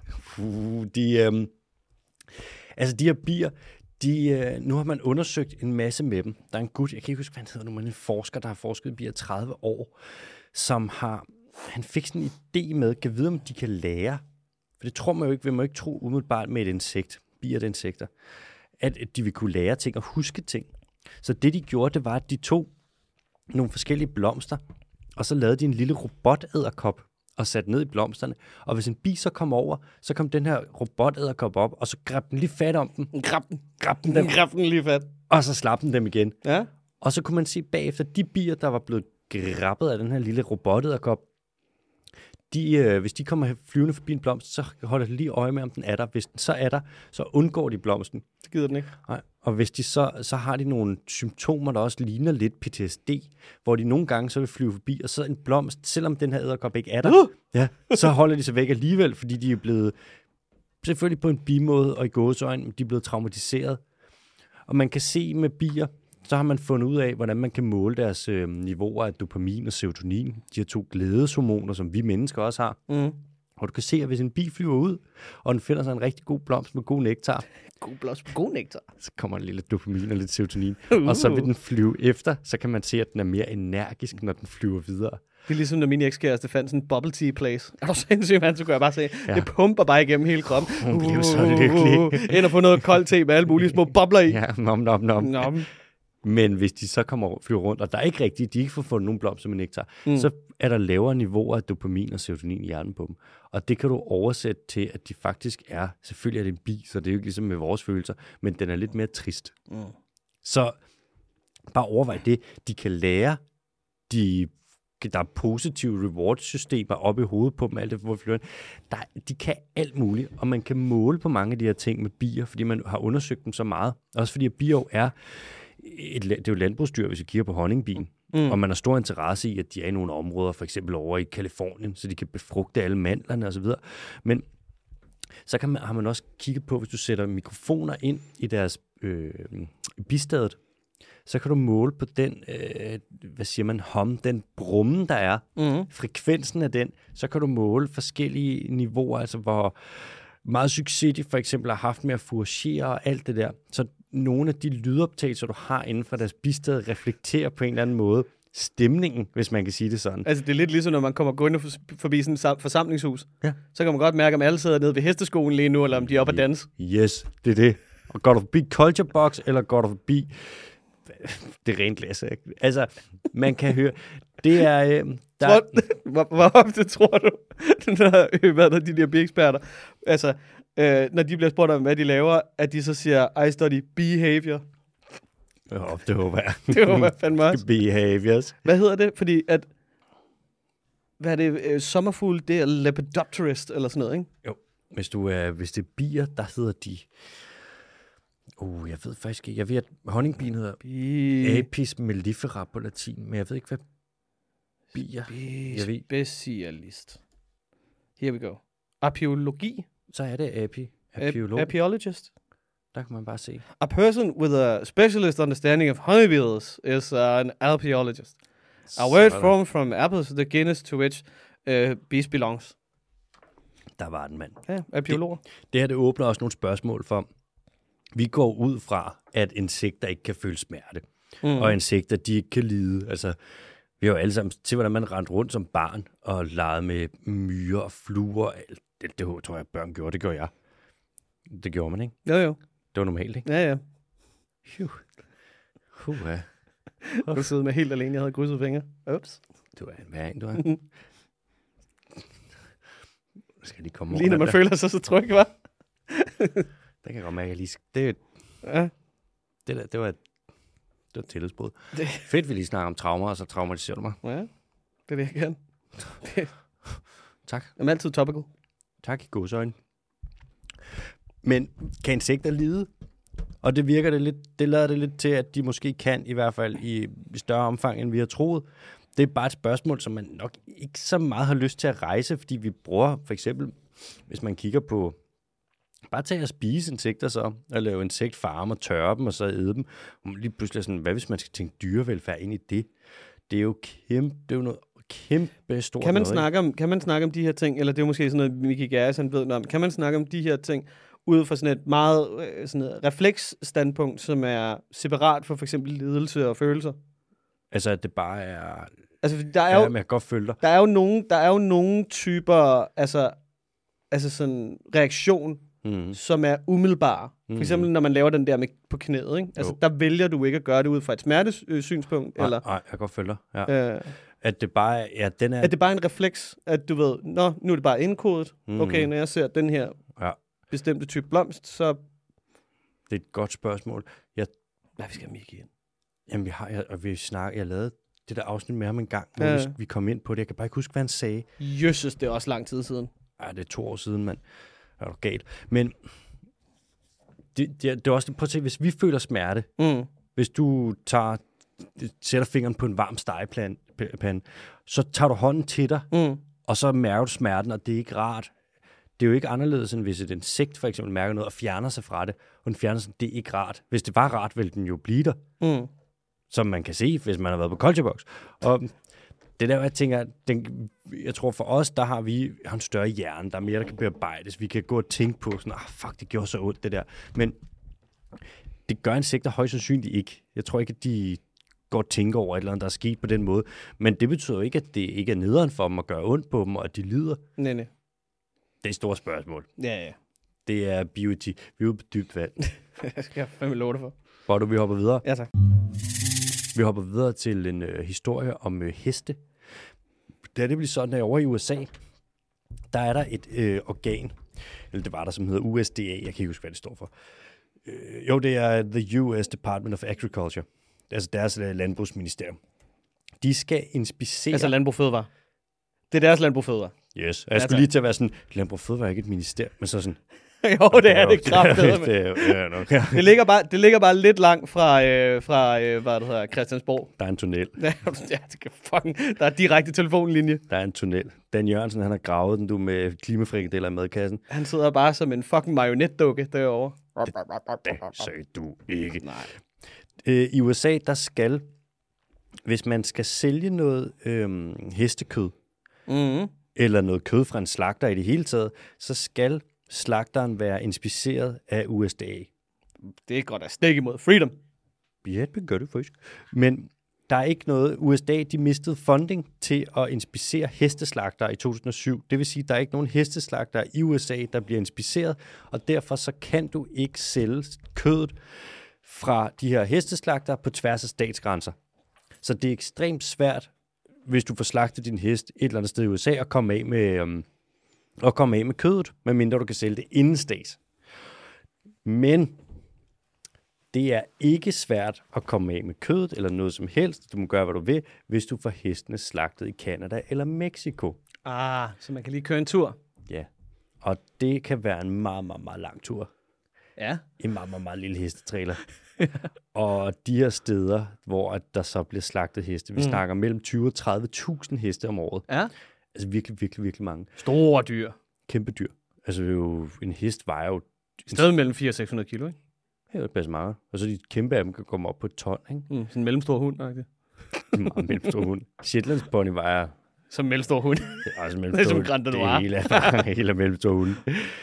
De her bier, nu har man undersøgt en masse med dem. Der er en gut, jeg kan ikke huske, hvad han hedder nu, men en forsker, der har forsket i bier 30 år, han fik sådan en idé med, kan vide, om de kan lære. For det tror man jo ikke, vil man jo ikke tro umiddelbart med et insekt, bier er insekter, at de vil kunne lære ting og huske ting. Så det, de gjorde, det var, at de tog nogle forskellige blomster, og så lavede de en lille robotæderkop og satte ned i blomsterne. Og hvis en bi så kom over, så kom den her robotæderkop op, og så greb den lige fat om den. Grab den lige fat. Og så slap den dem igen. Ja. Og så kunne man se bagefter, de bier, der var blevet grabbet af den her lille robotæderkop, hvis de kommer flyvende forbi en blomst, så holder de lige øje med, om den er der. Hvis den så er der, så undgår de blomsten. Det gider den ikke. Nej. Og hvis de så har de nogle symptomer, der også ligner lidt PTSD, hvor de nogle gange så vil flyve forbi, og så en blomst, selvom den her edderkop ikke er der, så holder de sig væk alligevel, fordi de er blevet, selvfølgelig på en bimåde og i gåseøjne, de er blevet traumatiseret. Og man kan se med bier, så har man fundet ud af, hvordan man kan måle deres niveauer af dopamin og serotonin. De her 2 glædeshormoner, som vi mennesker også har. Og du kan se, at hvis en bi flyver ud, og den finder sig en rigtig god blomst med god nektar. God blomst med god nektar. Så kommer der lidt dopamin og lidt serotonin. Og så vil den flyve efter, så kan man se, at den er mere energisk, når den flyver videre. Det er ligesom, når min ekskæreste fandt sådan en bubble tea place. Er du sindssygt, man? Så kunne jeg bare se, det pumper bare igennem hele kroppen. Hun blev så lykkelig. Ind og få noget koldt te med alle mulige små bobler i. Ja, nom. Men hvis de så kommer over og flyver rundt, og der er ikke rigtigt, de ikke får fundet nogen blomster med nektar, så er der lavere niveauer af dopamin og serotonin i hjernen på dem. Og det kan du oversætte til, at de faktisk er, selvfølgelig er det en bi, så det er jo ikke ligesom med vores følelser, men den er lidt mere trist. Så bare overvej det. De kan lære, de der er positive reward-systemer oppe i hovedet på dem, alt det, hvor vi flyver. De kan alt muligt, og man kan måle på mange af de her ting med bier, fordi man har undersøgt dem så meget. Også fordi bier jo er det er jo landbrugsdyr, hvis vi kigger på honningbien. Og man har stor interesse i, at de er i nogle områder, for eksempel over i Kalifornien, så de kan befrugte alle mandlerne osv. Men så har man også kigget på, hvis du sætter mikrofoner ind i deres bistadet, så kan du måle på den, den brummen, der er, frekvensen af den, så kan du måle forskellige niveauer, altså hvor meget succes de for eksempel har haft med at fouragere og alt det der. Så nogle af de lydoptagelser, du har inden for deres bistad, reflekterer på en eller anden måde stemningen, hvis man kan sige det sådan. Altså, det er lidt ligesom, når man kommer gående forbi sådan et forsamlingshus. Ja. Så kan man godt mærke, om alle sidder nede ved hesteskolen lige nu, eller om de er oppe at danse. Yes, det er det. Og går du forbi Culture Box, eller går du forbi det rent glas, ikke? Altså, man kan høre, det er... Hvor ofte tror du, når de der bieksperter, altså, når de bliver spurgt om, hvad de laver, at de så siger, I study behavior. Det håber jeg. Det håber jeg fandme også. Behaviors. Hvad hedder det? Fordi at... Hvad er det? Sommerfugl, det er Lepidopterist, eller sådan noget, ikke? Jo. Hvis det er bier, der hedder de... jeg ved faktisk ikke. Jeg ved, at honningbien hedder Apis mellifera på latin, men jeg ved ikke, hvad bier... Specialist. Here we go. Apiologi. Så er det apiolog. Apiologist. Der kan man bare se. A person with a specialist understanding of honeybees is an apiologist. A word formed from apples, the genus to which bees belongs. Der var den, mand. Ja, apiologer. Det åbner også nogle spørgsmål for... Vi går ud fra, at insekter ikke kan føle smerte. Og insekter, de ikke kan lide. Altså, vi har jo alle sammen til, hvordan man rendte rundt som barn og legede med myrer og fluer. Det tror jeg, børn gjorde. Det gjorde jeg. Det gjorde man, ikke? Jo. Det var normalt, ikke? Ja. Ja. Du sidder med helt alene. Jeg havde krydset fingre. Ups. Du er en væring, du er. Skal lige komme lige når man føler sig så tryg, hva'? Det kan godt mærke, at jeg lige... Det var et tillidsbrud. Fedt, vi lige snakker om traumer, og så traumatiserer du mig. Ja, det vil jeg gerne. Tak. Jeg er altid topical. Tak i godsøjne. Men kan insekter lide? Og det lader det lidt til, at de måske kan, i hvert fald i større omfang, end vi har troet. Det er bare et spørgsmål, som man nok ikke så meget har lyst til at rejse, fordi vi bruger for eksempel, hvis man kigger på, bare tage at spise insekter så, og lave insektfarme og tørre dem, og så æde dem. Og lige pludselig sådan, hvad hvis man skal tænke dyrevelfærd ind i det? Det er jo noget kæmpe stort noget. Kan man snakke om de her ting, eller det er måske sådan noget, Mickey Garrison ved noget om, kan man snakke om de her ting, ud fra sådan et meget sådan et refleksstandpunkt, som er separat for eksempel lidelse og følelser? Altså, at det bare er... Altså, der er jo... jeg kan godt følge dig. Der er jo nogle typer, altså sådan reaktion, som er umiddelbare. For eksempel, når man laver den der med på knæet, ikke? Altså, der vælger du ikke at gøre det ud fra et smertesynspunkt, eller... Nej, jeg kan godt følge dig, ja. At det bare er... At det bare er en refleks, at du ved, nu er det bare indkodet. Okay, når jeg ser den her bestemte type blomst, så... Det er et godt spørgsmål. Vi skal have Mickey ind. Jamen, jeg lavede det der afsnit med ham en gang, hvor vi kom ind på det. Jeg kan bare ikke huske, hvad han sagde. Jøsses, det er også lang tid siden. Ja, det er 2 år siden, mand. Det er galt. Men det er også, prøv at se, hvis vi føler smerte, hvis du sætter fingeren på en varm stegepande, så tager du hånden til dig, og så mærker du smerten, og det er ikke rart. Det er jo ikke anderledes, end hvis et insekt for eksempel mærker noget og fjerner sig fra det, og den fjerner sig, det er ikke rart. Hvis det var rart, ville den jo blive der. Som man kan se, hvis man har været på Culture Box. Og det der, jeg tænker, jeg tror for os, der har vi en større hjerne, der er mere, der kan bearbejdes. Vi kan gå og tænke på sådan, fuck, det gjorde så ondt, det der. Men det gør insekter højst sandsynligt ikke. Jeg tror ikke, at de går og tænker over et eller andet, der er sket på den måde. Men det betyder jo ikke, at det ikke er nederen for dem at gøre ondt på dem, og at de lider. Nej. Det er et stort spørgsmål. Ja. Det er beauty. Vi er ude på dybt vand. Jeg skal fandme love det for. Bordo, vi hopper videre. Ja, tak. Vi hopper videre til en historie om heste. Det bliver sådan, at over i USA, der er der et organ, eller det var der, som hedder USDA. Jeg kan ikke huske, hvad det står for. Det er The US Department of Agriculture. Altså deres landbrugsministerium. De skal inspicere... Altså Landbrug Fødevare. Det er deres Landbrug Fødevare. Yes, og jeg skulle lige til at være sådan, Landbrug Fødevare er ikke et ministerium, men så sådan... Jo, det er det kraftedeme. Det ligger bare lidt langt fra hvad det hedder, Christiansborg. Der er en tunnel. Ja, der er direkte telefonlinje. Der er en tunnel. Dan Jørgensen, han har gravet den, med klimafrikadeller i madkassen. Han sidder bare som en fucking marionetdukke derovre. Det sagde du ikke. Nej. I USA, der skal, hvis man skal sælge noget hestekød, eller noget kød fra en slagter i det hele taget, så skal slagteren være inspiceret af USDA. Det er godt at stikke imod freedom. Ja, det gør det faktisk. Men der er ikke noget. USDA, de mistede funding til at inspicere hesteslagter i 2007. Det vil sige, at der er ikke nogen hesteslagter i USA, der bliver inspiceret, og derfor så kan du ikke sælge kødet fra de her hesteslagter på tværs af statsgrænser. Så det er ekstremt svært, hvis du får slagtet din hest et eller andet sted i USA, at komme af med kødet, medmindre du kan sælge det inden stats. Men det er ikke svært at komme af med kødet eller noget som helst. Du må gøre, hvad du vil, hvis du får hestene slagtet i Canada eller Mexico. Så man kan lige køre en tur. Ja, og det kan være en meget, meget, meget lang tur. Ja. En meget, meget, meget lille hestetræler. Og de her steder, hvor der så bliver slagtet heste, vi snakker mellem 20 og 30.000 heste om året. Ja. Altså virkelig, virkelig, virkelig mange. Store dyr. Kæmpe dyr. Altså jo, en hest vejer jo... Stadig mellem 400 og 600 kilo, ikke? Ja, det passer meget. Og så de kæmpe af dem kan komme op på et ton, ikke? Sådan en mellemstor hund, faktisk. En meget mellemstor hund. Shetlands pony vejer... Som mellemstor hund. Det er også Det er som Grand Danois. Det hele er mellemstor hunde.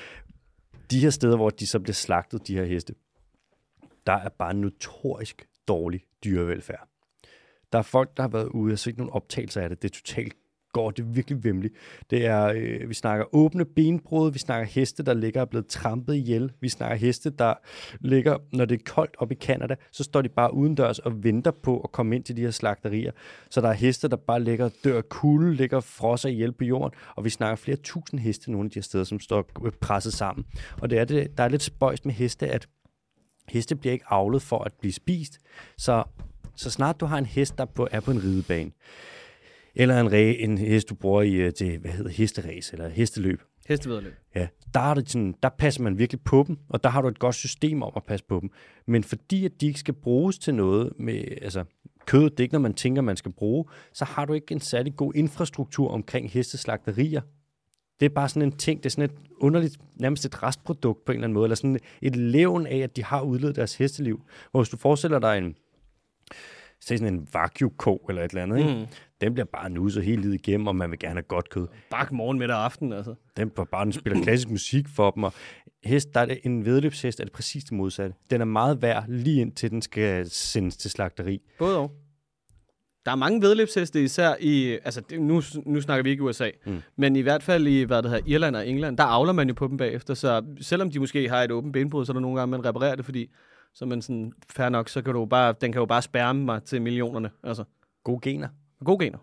De her steder, hvor de så bliver slagtet, de her heste, der er bare notorisk dårlig dyrevelfærd. Der er folk, der har været ude og set nogle optagelser af det. Det er totalt går, det er virkelig vemmeligt. Det er, vi snakker åbne benbrud, vi snakker heste, der ligger og er blevet trampet ihjel, vi snakker heste, der ligger, når det er koldt op i Canada, så står de bare udendørs og venter på at komme ind til de her slagterier. Så der er heste, der bare ligger og dør af kulde, ligger og frosser ihjel på jorden, og vi snakker flere tusind heste nogle af de her steder, som står presset sammen. Og der er lidt spøjst med heste, at heste bliver ikke avlet for at blive spist, så snart du har en hest, der er på en ridebane, eller en hest, du bruger til, hesteræs eller hesteløb. Hestevedløb. Ja, der passer man virkelig på dem, og der har du et godt system om at passe på dem. Men fordi at de ikke skal bruges til noget med, altså kød, det er ikke noget, man tænker, man skal bruge, så har du ikke en særlig god infrastruktur omkring hesteslagterier. Det er bare sådan en ting, det er sådan et underligt, nærmest et restprodukt på en eller anden måde, eller sådan et levn af, at de har udlevet deres hesteliv. Hvor hvis du forestiller dig sådan en vacuum-ko eller et eller andet, ikke? Den bliver bare nuset hele livet igennem, og man vil gerne have godt kød. Bak morgen, middag og aften, altså. Den spiller klassisk musik for dem, og hest, der er det, en væddeløbshest, er det præcis det modsatte. Den er meget værd, lige indtil den skal sendes til slagteri. Både og. Der er mange væddeløbsheste, især i, altså nu snakker vi ikke USA, men i hvert fald i, Irland og England, der avler man jo på dem bagefter, så selvom de måske har et åbent benbrud, så er der nogle gange, man reparerer det, fordi så man sådan, fair nok, så kan den kan jo bare spærme mig til millionerne, altså. Gode gener. Gode gener.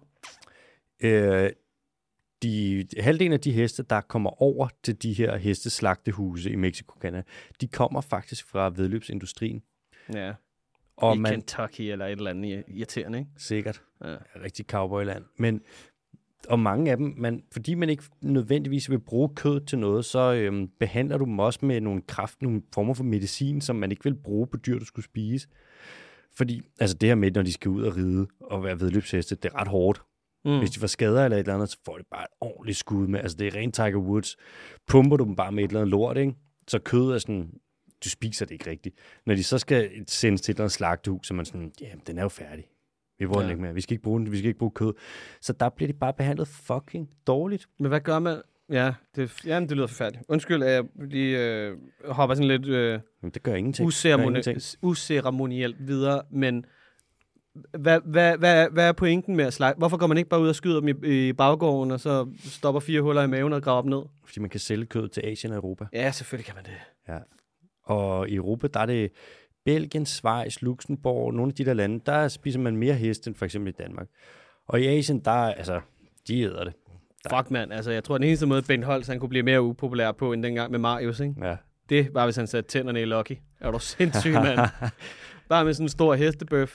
Halvdelen af de heste, der kommer over til de her hesteslagtehuse i Mexico, Canada, de kommer faktisk fra væddeløbsindustrien. Ja. Og Kentucky eller et eller andet irriterende, ikke? Sikkert. Ja. Rigtig cowboyland. Og mange af dem, fordi man ikke nødvendigvis vil bruge kød til noget, så behandler du dem også med nogle former for medicin, som man ikke vil bruge på dyr, du skulle spise. Fordi, altså det her med, når de skal ud og ride og være vedløbsheste, det er ret hårdt. Hvis de får skader eller et eller andet, så får de bare et ordentligt skud med. Altså det er rent Tiger Woods. Pumper du dem bare med et eller andet lort, ikke? Så kød er sådan, du spiser det ikke rigtigt. Når de så skal sendes til et eller andet slagtehus, så er man sådan, jamen den er jo færdig. Vi bruger den ikke mere. Vi skal ikke bruge den, vi skal ikke bruge kød. Så der bliver de bare behandlet fucking dårligt. Men hvad gør man? Ja, det lyder forfærdeligt. Undskyld, at jeg lige hopper sådan lidt det gør ingenting. Uceremonielt videre, men hvad er pointen med at slagte? Hvorfor går man ikke bare ud og skyder dem i baggården, og så stopper 4 huller i maven og graver dem ned? Fordi man kan sælge kød til Asien og Europa. Ja, selvfølgelig kan man det. Ja. Og i Europa, der er det Belgien, Schweiz, Luxembourg, nogle af de der lande, der spiser man mere hest end for eksempel i Danmark. Og i Asien, de æder det. Fuck, mand. Altså, jeg tror, den eneste måde, Bent Holtz, han kunne blive mere upopulær på, end dengang med Marius, ikke? Ja. Det var, hvis han satte tænderne i Lucky. Er du sindssyg, mand? Bare med sådan en stor hestebøf.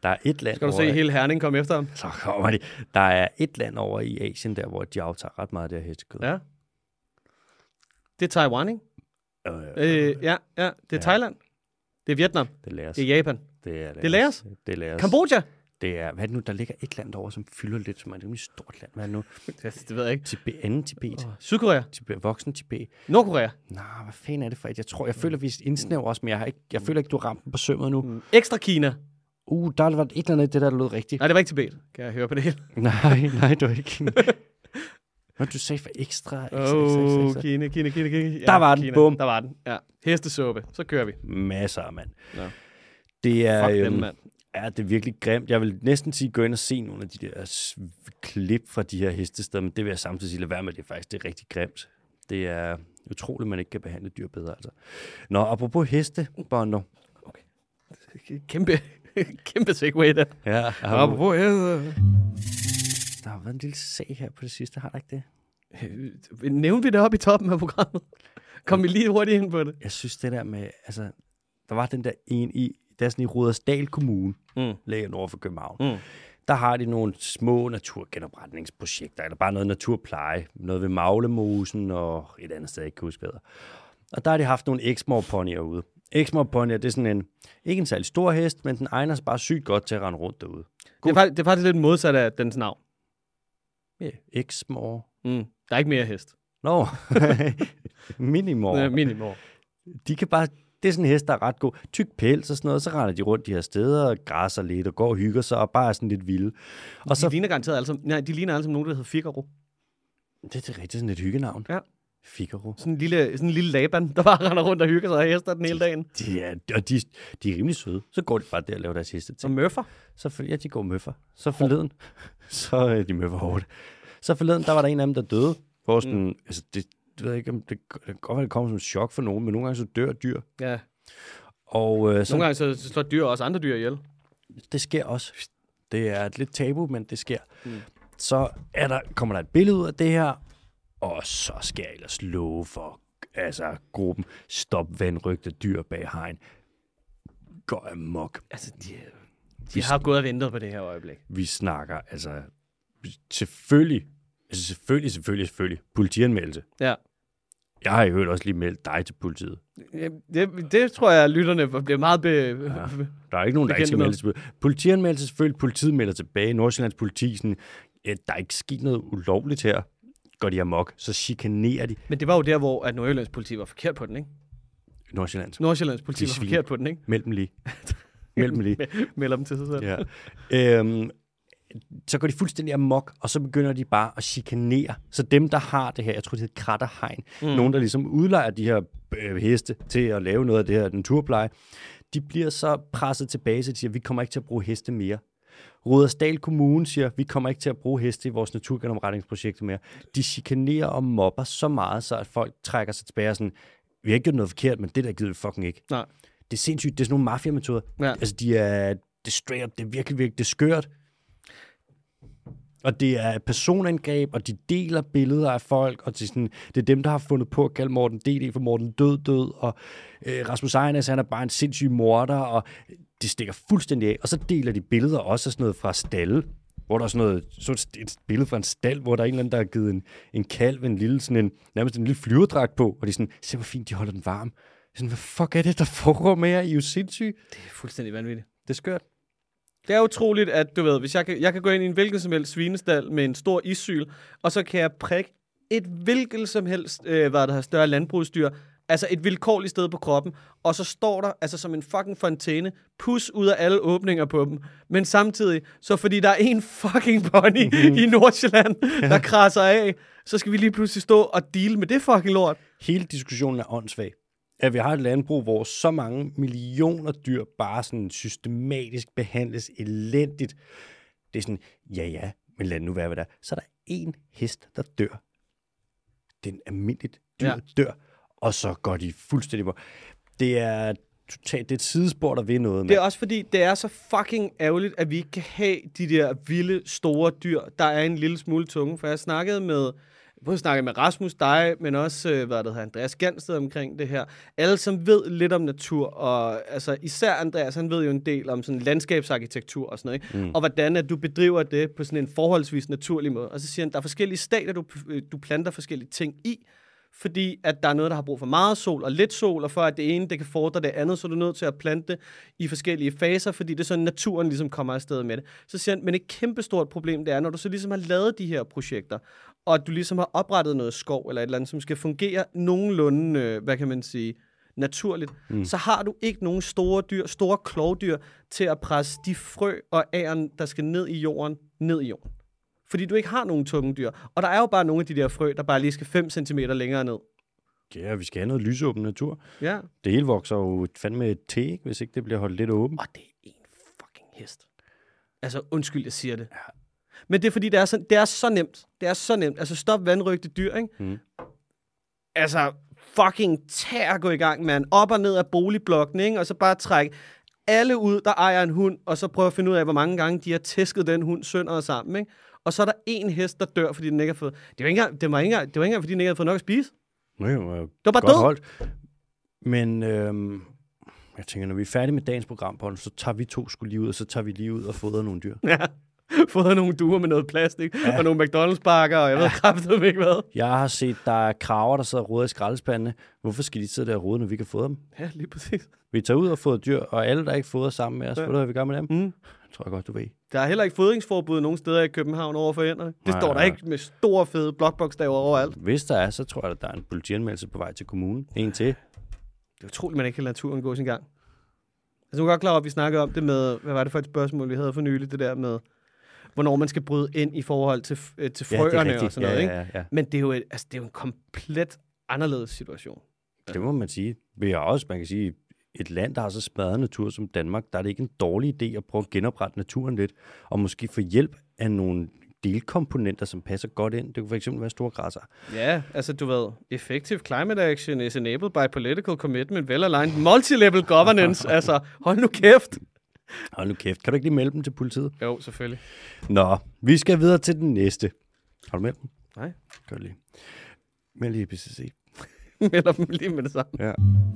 Der er et land Skal du se hele Herning komme efter ham? Så kommer de. Der er et land over i Asien, der hvor de aftager ret meget af det her hestekød. Ja. Det er Taiwan, ikke? Ja. Det er Thailand. Det er Vietnam. Det læres. Det er Japan. Det læres. Det læres. Kambodja. Det er, hvad er det nu? Der ligger et land derovre, som fylder lidt, som er et rimelig stort land. Hvad er det nu? Det ved jeg ikke. Anden Tibet. Sydkorea. Voksen Tibet. Nordkorea. Nej, hvad fanden er det for et? Jeg føler, vi indsnæver også, men jeg føler ikke, du har ramt den på sømmet nu. Ekstra Kina. Der var et eller andet, det der lød rigtigt. Nej, det var ikke Tibet. Kan jeg høre på det hele? Nej, du er ikke. Når du sagde for ekstra. Kina. Ja, der var den, Kina. bum. Der var den, ja. Hestesuppe. Så kører vi. Masser, mand. Ja. Det er, fuck dem, mand. Ja, det er virkelig grimt. Jeg vil næsten sige, gå ind og se nogle af de der klip fra de her hestesteder, men det vil jeg samtidig sige, lad være med det faktisk. Det er rigtig grimt. Det er utroligt, man ikke kan behandle dyr bedre, altså. Nå, apropos heste, Bondo. Okay. Kæmpe segway der. Ja, apropos heste. Der har været en lille sag her på det sidste, har der ikke det? Nævnte vi det op i toppen af programmet? Kom vi lige hurtigt ind på det? Jeg synes, det der med, altså, der var den der der er sådan i Rudersdal Kommune, ligger nord for København. Der har de nogle små naturgenopretningsprojekter, eller bare noget naturpleje, noget ved Maglemosen og et andet sted, jeg ikke kan huske bedre. Og der har de haft nogle Exmoor-ponyer ude. Exmoor-ponyer, det er sådan ikke en særlig stor hest, men den egner sig bare sygt godt til at rende rundt derude. Det er faktisk lidt modsat af dens navn. Ja, Exmoor. Der er ikke mere hest. Nå, Minimor. Ja, Minimor. De kan bare... Det er sådan en hest, der er ret god. Tyk pels og sådan noget, så render de rundt de her steder og græsser lidt og går og hygger sig og bare er sådan lidt vilde. Og de ligner garanteret de ligner alle som nogen, der hedder Figaro. Det er rigtig sådan et hyggenavn. Ja. Figaro. Sådan en lille Laban, der bare render rundt og hygger sig og hester den hele dagen. De er rimelig søde. Så går de bare der og laver deres heste til. Og møffer? Ja, de går møffer. Så forleden, så de møffer hårdt. Så forleden, der var der en af dem, der døde. Altså, det ved jeg ikke, om det kan godt være, det kommer som et chok for nogen, men nogle gange så dør dyr. Ja. Og nogle gange så slår dyr også andre dyr ihjel. Det sker også. Det er et lidt tabu, men det sker. Så kommer der et billede ud af det her, og så skal jeg ellers love for gruppen Stop vanrøgte dyr bag hegn. Går amok. Altså, de har gået og ventet på det her øjeblik. Vi snakker, selvfølgelig, politianmeldelse. Ja. Jeg har jo også lige meldt dig til politiet. Det tror jeg, lytterne bliver meget der er ikke nogen, der ikke skal melde til politiet. Politianmeldelse, selvfølgelig. Politiet melder tilbage. Nordsjællands politi, sådan, der er ikke sket noget ulovligt her. Går de amok, så chikanerer de. Men det var jo der, hvor at Nordjyllands politi var forkert på den, ikke? Nordsjællands politi var forkert på den, ikke? Meld dem lige. Melder dem til sig selv. Ja. Så går de fuldstændig amok, og så begynder de bare at chikanere. Så dem, der har det her, jeg tror, det hedder kratterhegn, nogen, der ligesom udlejer de her heste til at lave noget af det her naturpleje, de bliver så presset tilbage, så de siger, vi kommer ikke til at bruge heste mere. Rudersdal Kommune siger, vi kommer ikke til at bruge heste i vores naturgenopretningsprojekter mere. De chikanerer og mobber så meget, så at folk trækker sig tilbage og sådan, vi har ikke gjort noget forkert, men det der gider vi fucking ikke. Nej. Det er sindssygt, det er sådan nogle mafia-metoder. Ja. Altså, det er straight up, det er virkelig, det er skørt. Og det er personangreb, og de deler billeder af folk, og det er dem, der har fundet på at kalde Morten D.D. for Morten Død, og Rasmus Ejernes, han er bare en sindssyg morder, og det stikker fuldstændig af. Og så deler de billeder også af sådan noget fra stalle, hvor der er sådan et billede fra en stald, hvor der er en eller anden, der har givet en kalv nærmest en lille flyverdragt på, og de er sådan, se hvor fint, de holder den varm. Sådan, hvad fuck er det, der foregår med jer? I er jo sindssyge. Det er fuldstændig vanvittigt. Det er skørt. Det er utroligt, at du ved, hvis jeg kan gå ind i en hvilken som helst svinestald med en stor issyl, og så kan jeg prikke et hvilket som helst, der har større landbrugsdyr, altså et vilkårligt sted på kroppen, og så står der, altså som en fucking fontæne, pus ud af alle åbninger på dem. Men samtidig, så fordi der er en fucking pony i Nordsjælland, der krasser af, så skal vi lige pludselig stå og deal med det fucking lort. Hele diskussionen er åndssvag. At vi har et landbrug, hvor så mange millioner dyr bare sådan systematisk behandles elendigt. Det er sådan, ja, men lad nu være, hvad der er. Så er der en hest, der dør. Den almindeligt dyr dør, og så går de fuldstændig på. Det er totalt, det er et sidespor, der ved noget. Det er også fordi, det er så fucking ærgerligt, at vi ikke kan have de der vilde, store dyr, der er en lille smule tunge. For jeg snakkede med både snakket med Rasmus, dig, men også, Andreas Gansted omkring det her. Alle, som ved lidt om natur, og altså, især Andreas, han ved jo en del om sådan landskabsarkitektur og sådan noget, ikke? Og hvordan at du bedriver det på sådan en forholdsvis naturlig måde. Og så siger han, der er forskellige stadier, du planter forskellige ting i, fordi at der er noget, der har brug for meget sol og lidt sol, og for at det ene, det kan fordre det andet, så er du nødt til at plante i forskellige faser, fordi det er sådan, naturen ligesom kommer afsted med det. Så siger han, men et kæmpestort problem, det er, når du så ligesom har lavet de her projekter, og du ligesom har oprettet noget skov, eller et eller andet, som skal fungere nogenlunde, hvad kan man sige, naturligt, så har du ikke nogen store dyr, store klovdyr, til at presse de frø og æren, der skal ned i jorden. Fordi du ikke har nogen tunge dyr. Og der er jo bare nogle af de der frø, der bare lige skal 5 cm længere ned. Ja, vi skal have noget lysåben natur. Ja. Det hele vokser jo fandme et tæ, ikke? Hvis ikke det bliver holdt lidt åbent. Og det er en fucking hest. Altså, undskyld, jeg siger det. Ja. Men det er fordi, det er så nemt. Det er så nemt. Altså, stop vandrygte dyr, ikke? Altså, fucking tag at gå i gang, mand. Op og ned af boligblokken, ikke? Og så bare trække alle ud, der ejer en hund, og så prøve at finde ud af, hvor mange gange de har tæsket den hund sønder og sammen, ikke? Og så er der en hest, der dør, fordi den ikke har fået... Det var ikke engang, fordi den ikke havde fået nok at spise. Nej, det var bare død. Holdt. Men jeg tænker, når vi er færdige med dagens program, Paul, så tager vi 2 skulle lige ud, og så tager vi lige ud og fodrer nogle dyr. Ja, fodrer nogle duer med noget plastik, og nogle McDonald's-bakker, og jeg ved kraftedeme ikke hvad. Jeg har set, der er kraver, der sidder og roder i skraldespandene. Hvorfor skal de sidde der og rode, når vi kan fodre dem? Ja, lige præcis. Vi tager ud og fodrer dyr, og alle, der ikke fodrer sammen med os, ved du, hvad vi gør med dem? Tror jeg godt, du ved. Der er heller ikke fodringsforbud nogen steder i København over for ænderne. Det står der ikke med store, fede blokbogstaver overalt. Hvis der er, så tror jeg, at der er en politianmeldelse på vej til kommunen. En til. Det er utroligt, man ikke kan lade naturen gå sin gang. Altså, du er godt klar over, at vi snakkede om det med, hvad var det for et spørgsmål, vi havde for nylig, det der med, hvornår man skal bryde ind i forhold til frøerne og sådan noget, ikke? Ja. Men det er jo det er jo en komplet anderledes situation. Det må man sige. Man kan sige, et land, der har så smadret natur som Danmark, der er det ikke en dårlig idé at prøve at genoprette naturen lidt, og måske få hjælp af nogle delkomponenter, som passer godt ind. Det kunne for eksempel være store græsser. Ja, altså du ved, effective climate action is enabled by political commitment, well-aligned, multi-level governance. Altså, hold nu kæft. Hold nu kæft. Kan du ikke lige melde dem til politiet? Jo, selvfølgelig. Nå, vi skal videre til den næste. Har du meldt dem? Nej. Gør lige. Meld lige PCC. Melder dem lige med det samme. Ja.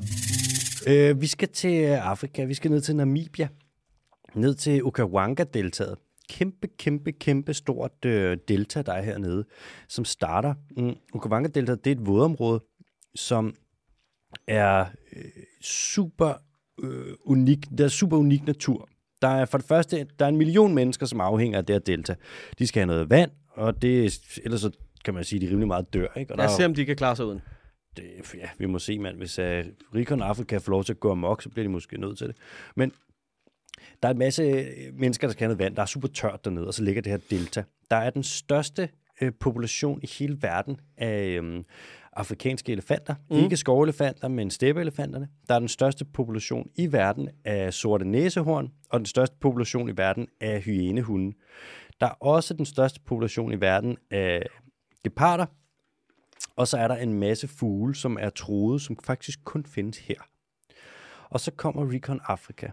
Vi skal til Afrika. Vi skal ned til Namibia. Ned til Okavango-deltaet. Kæmpe stort delta, der er hernede, som starter. Okavango-deltaet, det er et vådområde, som er super unik. Der er super unik natur. Der er for det første, der er 1 million mennesker, som afhænger af det her delta. De skal have noget vand, og det, ellers så kan man sige, at de rimelig meget dør. Ikke? Og lad os se, om de kan klare sig uden. Ja, vi må se, mand. Hvis Recon Afrika får lov til at gå amok, så bliver de måske nødt til det. Men der er en masse mennesker, der skal have noget vand. Der er super tørt dernede, og så ligger det her delta. Der er den største population i hele verden af afrikanske elefanter. Ikke skovelefanter, men steppeelefanterne. Der er den største population i verden af sorte næsehorn, og den største population i verden af hyænehunde. Der er også den største population i verden af geparder, og så er der en masse fugle, som er truede, som faktisk kun findes her. Og så kommer Recon Africa.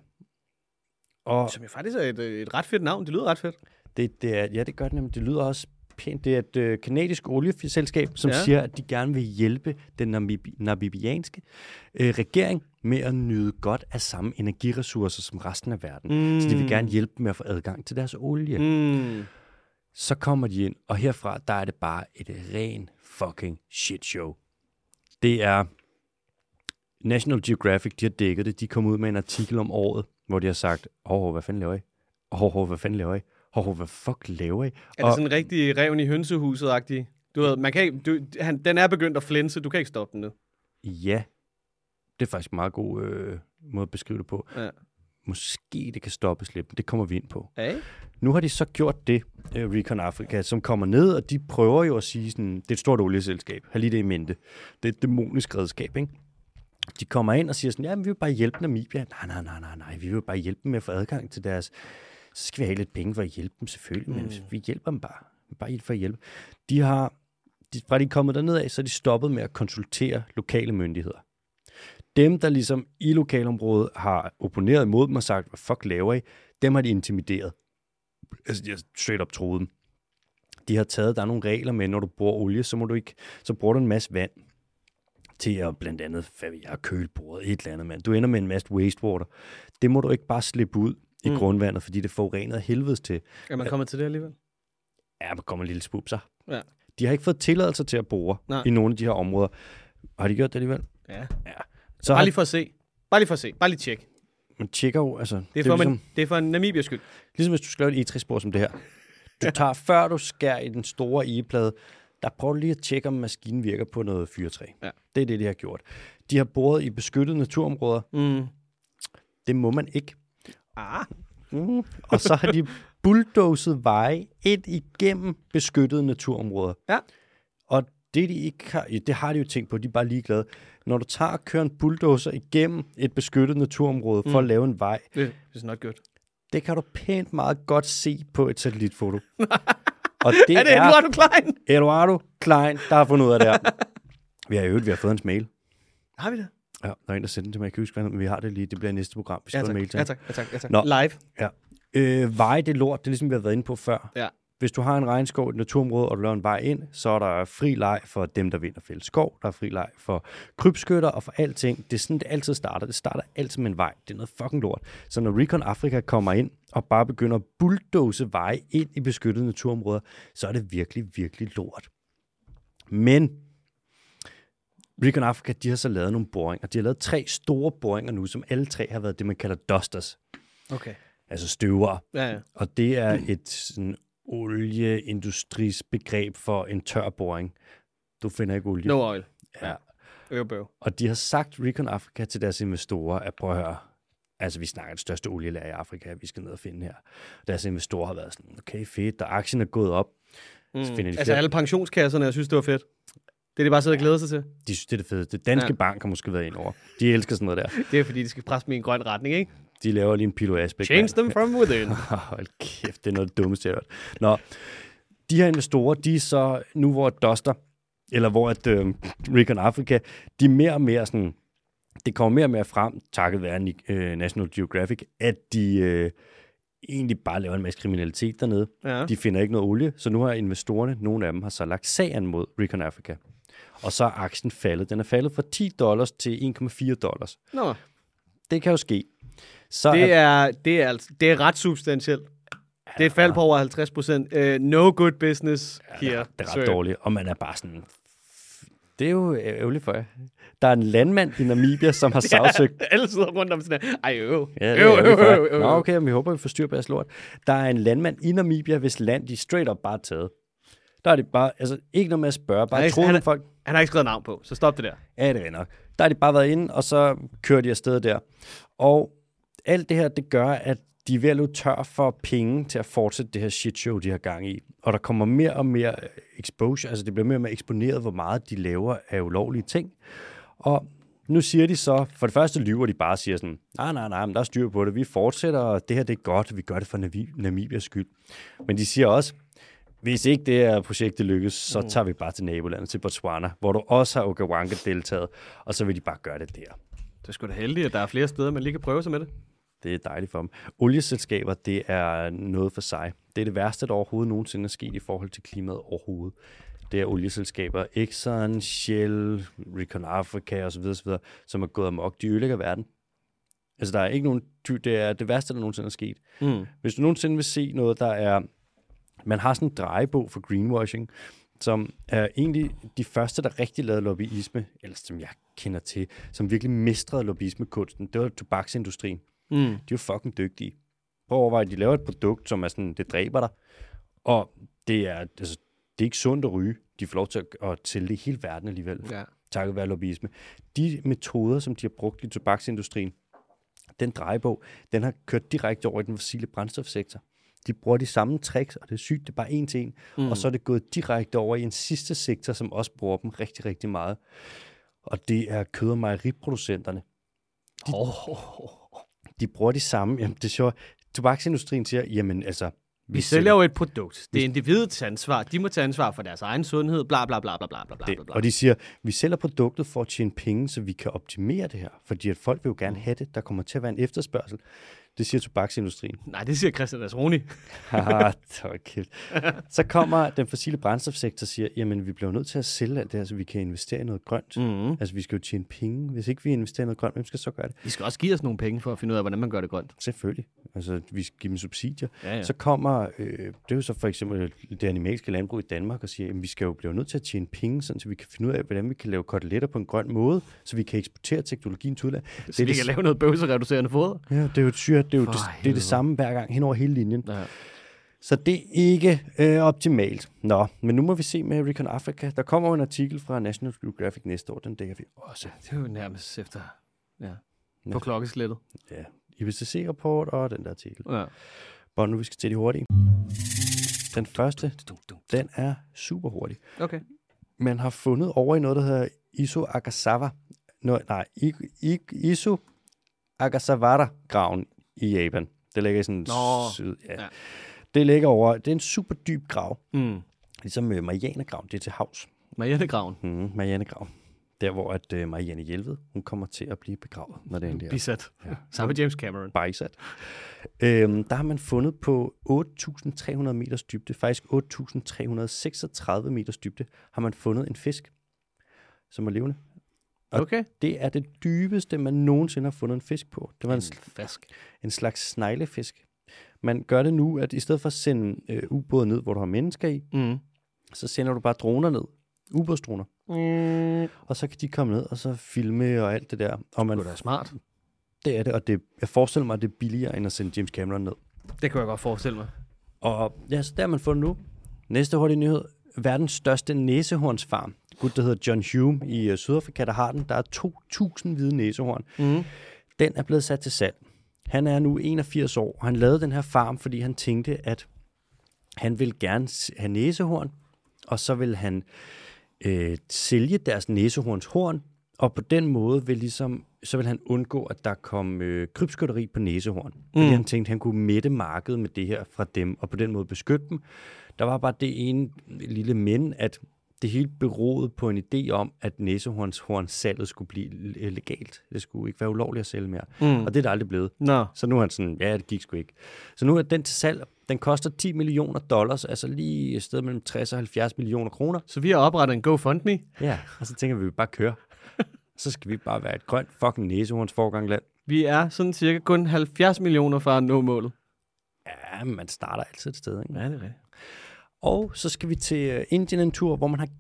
Og som jo faktisk er et ret fedt navn. Det lyder ret fedt. Det gør det nemlig. Det lyder også pænt. Det er et kanadisk olieselskab, som siger, at de gerne vil hjælpe den namibianske regering med at nyde godt af samme energiressourcer som resten af verden. Så de vil gerne hjælpe dem med at få adgang til deres olie. Så kommer de ind, og herfra, der er det bare et ren fucking shit show. Det er National Geographic, de har dækket det. De kommer ud med en artikel om året, hvor de har sagt, hvad fanden laver I? Hvad fanden laver I? Hvad fuck laver I? Er det sådan en rigtig revn i hønsehuset-agtig? Du ved, man kan ikke, den er begyndt at flænse, du kan ikke stoppe den nu. Ja, det er faktisk en meget god måde at beskrive det på. Ja. Måske det kan stoppes lidt, det kommer vi ind på. Hey. Nu har de så gjort det, Recon Africa, som kommer ned, og de prøver jo at sige sådan, det er et stort olieselskab, har lige det i mente. Det er et dæmonisk redskab, ikke? De kommer ind og siger sådan, ja, vi vil bare hjælpe Namibia. Nej, vi vil bare hjælpe dem med at få adgang til deres... Så skal vi have lidt penge for at hjælpe dem, selvfølgelig, men vi hjælper dem bare. Bare for at hjælpe. Fra de er kommet derned af, så er de stoppet med at konsultere lokale myndigheder. Dem, der ligesom i lokalområdet har opponeret imod dem og sagt, hvad fuck laver I? Dem har de intimideret. Altså, de har straight up troet dem. De har taget, der er nogle regler med, når du bruger olie, så bruger du en masse vand til at blandt andet, køle bordet, et eller andet, mand. Du ender med en masse wastewater. Det må du ikke bare slippe ud i grundvandet, fordi det forurener helvedes til. Er man kommet til det alligevel? Ja, man kommer en lille spub, så. Ja. De har ikke fået tilladelse til at bore i nogle af de her områder. Har de gjort det alligevel? Ja. Så bare lige for at se. Bare lige tjek. Man tjekker jo, altså... Det er for en Namibias skyld. Ligesom hvis du skal lave et E3-spor som det her. Du tager, før du skærer i den store egeplade, der prøver du lige at tjekke, om maskinen virker på noget fyrtræ. Ja. Det er det, de har gjort. De har boret i beskyttede naturområder. Det må man ikke. Og så har de bulldozet veje ind igennem beskyttede naturområder. Ja. Og det, de ikke har, det har de jo tænkt på, de er bare ligeglade. Når du tager og kører en bulldozer igennem et beskyttet naturområde for at lave en vej, det er not good. Det kan du pænt meget godt se på et satellitfoto. Og det er det Eduardo Klein? Eduardo Klein, der har fundet ud af det her. Vi har fået hans mail. Har vi det? Ja, der er en, der sender den til mig. Jeg kan huske, men vi har det lige. Det bliver næste program. Vi skal en mail til. Ja, tak. Live. Ja. Veje, det er lort. Det er ligesom, vi har været inde på før. Ja. Hvis du har en regnskov i et naturområde, og du laver en vej ind, så er der fri leg for dem, der vinder fælles skov. Der er fri leg for krybskytter og for alting. Det er sådan, det altid starter. Det starter altid med en vej. Det er noget fucking lort. Så når Recon Africa kommer ind og bare begynder at bulldoze veje ind i beskyttede naturområder, så er det virkelig, virkelig lort. Men Recon Africa, de har så lavet nogle boringer. De har lavet 3 store boringer nu, som alle 3 har været det, man kalder dusters. Okay. Altså støvere. Ja. Og det er et sådan olieindustris begreb for en tør boring. Du finder ikke olie. No oil. Ja. Øvbøv. Og de har sagt Recon Africa til deres investorer, at prøv at høre, altså vi snakker det største olielager i Afrika, vi skal ned og finde her. Deres investorer har været sådan, okay fedt, da aktien er gået op, så finder de altså alle pensionskasserne, jeg synes, det var fedt. Det er de bare siddet og glæder sig til. De synes, det er det fedeste. Danske Bank har måske været ind over. De elsker sådan noget der. Det er fordi, de skal presse dem i en grøn retning, ikke? De laver lige en Pilo Asbæk. Change them from within. Hold kæft, det er noget af det dummeste, jeg har hørt. Nå, de her investorer, de er så, nu hvor Duster, eller hvor Recon Africa, de er mere og mere sådan, det kommer mere og mere frem, takket være National Geographic, at de egentlig bare laver en masse kriminalitet dernede. Ja. De finder ikke noget olie, så nu har investorerne, nogle af dem har så lagt sagen mod Recon Africa. Og så er aktien faldet. Den er faldet fra $10 til $1,4. Nå. Det kan jo ske. Så det er ret substantielt. Det er et fald på over 50%. No good business here. Ja, det er ret dårligt, og man er bare sådan... Det er jo ærgerligt for jer. Der er en landmand i Namibia, som har sagsøgt... alle sidder rundt om sådan her. Ej, Nå, okay, men vi håber, vi får styr på jeres lort. Der er en landmand i Namibia, hvis land de straight up bare taget. Der er det bare... Altså, ikke noget med at spørge. Bare troede folk... Han har ikke skrevet navn på, så stop det der. Ja, det er nok. Der har de bare været inde, og så kører de afsted der. Og alt det her, det gør, at de er ved at løbe tør for penge til at fortsætte det her shitshow, de har gang i. Og der kommer mere og mere exposure, altså det bliver mere og mere eksponeret, hvor meget de laver af ulovlige ting. Og nu siger de så, for det første lyver de bare og siger sådan, nej, men der er styr på det, vi fortsætter, og det her det er godt, vi gør det for Namibias skyld. Men de siger også, hvis ikke det her projekt lykkes, så tager vi bare til nabolandet, til Botswana, hvor du også har Okavango deltaget, og så vil de bare gøre det der. Det er sgu da heldigt, at der er flere steder, man lige kan prøve sig med det. Det er dejligt for dem. Olieselskaber, det er noget for sig. Det er det værste, der overhovedet nogensinde er sket i forhold til klimaet overhovedet. Det er olieselskaber, Exxon, Shell, Recon Africa osv., som er gået amok. De ødelægger verden. Altså, der er ikke nogen... Det er det værste, der nogensinde er sket. Hvis du nogensinde vil se noget, der er... Man har sådan en drejebog for greenwashing, som er egentlig de første, der rigtig lavede lobbyisme, eller som jeg kender til, som virkelig mestrede lobbyismekunsten. Det var tobaksindustrien. De er jo fucking dygtige. Prøv at overveje, at de laver et produkt, som er sådan, det dræber dig. Og det er ikke sundt at ryge. De får lov til at tælle det i hele verden alligevel. Ja. Takket være lobbyisme. De metoder, som de har brugt i tobaksindustrien, den drejebog, den har kørt direkte over i den fossile brændstofsektor. De bruger de samme tricks, og det er sygt, det er bare en til en. Og så er det gået direkte over i en sidste sektor, som også bruger dem rigtig, rigtig meget. Og det er kød- og mejeriproducenterne. De bruger de samme. Jamen, det er sjovt. Tobaksindustrien siger, jamen altså... Vi sælger jo et produkt. Det er individets ansvar. De må tage ansvar for deres egen sundhed, bla bla bla bla bla bla bla. Og de siger, vi sælger produktet for at tjene penge, så vi kan optimere det her. Fordi at folk vil jo gerne have det. Der kommer til at være en efterspørgsel. Det siger tobaksindustrien. Nej, det siger Christian Asroni. Haha, kæft. Så kommer den fossile brændstofsektor og siger, jamen vi bliver nødt til at sælge alt det her, så vi kan investere i noget grønt. Altså vi skal jo tjene penge. Hvis ikke vi investerer i noget grønt, hvem skal så gøre det? Vi skal også give os nogle penge for at finde ud af, hvordan man gør det grønt. Selvfølgelig. Altså vi skal give dem subsidier. Ja. Så kommer, det er jo så for eksempel det animalske landbrug i Danmark og siger, jamen vi skal jo blive nødt til at tjene penge, sådan, så vi kan finde ud af, hvordan vi kan lave koteletter på en grøn måde, så vi kan eksportere teknologien til udlandet. Så vi kan lave noget bøvsereducerende foder. Ja, det er jo et syre, det er det samme hver gang hen over hele linjen. Ja. Så det er ikke optimalt. Nå, men nu må vi se med Recon Africa. Der kommer jo en artikel fra National Geographic næste år, den dækker vi også. Det er jo nærmest efter, på klokkeslættet. Ja, IPCC-rapport og den der artikel. Ja. Bare nu vi skal til de hurtige. Den første, den er super hurtig. Okay. Man har fundet over i noget, der hedder Iso Agasava. Iso Agasavara-graven i Japan. Det ligger i sådan syd. Ja. Det ligger over. Det er en super dyb grav. Ligesom Marianergraven, det er til havs. Marianergraven? Marianergraven. Der, hvor at Marianne Jelved, hun kommer til at blive begravet, når det endelig er. Bisat. Ja. Sammen med James Cameron. Bisat. Der har man fundet på 8.300 meters dybde, faktisk 8.336 meters dybde, har man fundet en fisk, som er levende. Og okay. Det er det dybeste, man nogensinde har fundet en fisk på. Det var en slags sneglefisk. Man gør det nu, at i stedet for at sende ubåde ned, hvor du har mennesker i, så sender du bare droner ned. Ubådsdroner. Og så kan de komme ned og så filme og alt det der. Og det er smart. Det er det, og jeg forestiller mig, at det er billigere, end at sende James Cameron ned. Det kan jeg godt forestille mig. Og ja, så der har man fundet nu. Næste hurtige nyhed. Verdens største næsehornsfarm. Gut, der hedder John Hume i Sydafrika, der har den. Der er 2.000 hvide næsehorn. Den er blevet sat til salg. Han er nu 81 år, og han lavede den her farm, fordi han tænkte, at han ville gerne have næsehorn, og så vil han sælge deres næsehornshorn, og på den måde så vil han undgå, at der kom krybskytteri på næsehorn. Fordi han tænkte, at han kunne mætte markedet med det her fra dem, og på den måde beskytte dem. Der var bare det ene lille men, at det hele beroede på en idé om, at næsehornssalget skulle blive legalt. Det skulle ikke være ulovligt at sælge mere. Og det er det aldrig blevet. Så nu er han sådan, ja, det gik sgu ikke. Så nu er den til salg. Den koster $10 million, altså lige et sted mellem 60 og 70 millioner kroner. Så vi har oprettet en GoFundMe? Ja, og så tænker vi bare køre. Så skal vi bare være et grønt fucking næsehornsforgangland. Vi er sådan cirka kun 70 millioner fra at nå målet. Ja, men man starter altid et sted, ikke? Ja, det er det. Og så skal vi til Indien en tur, hvor man har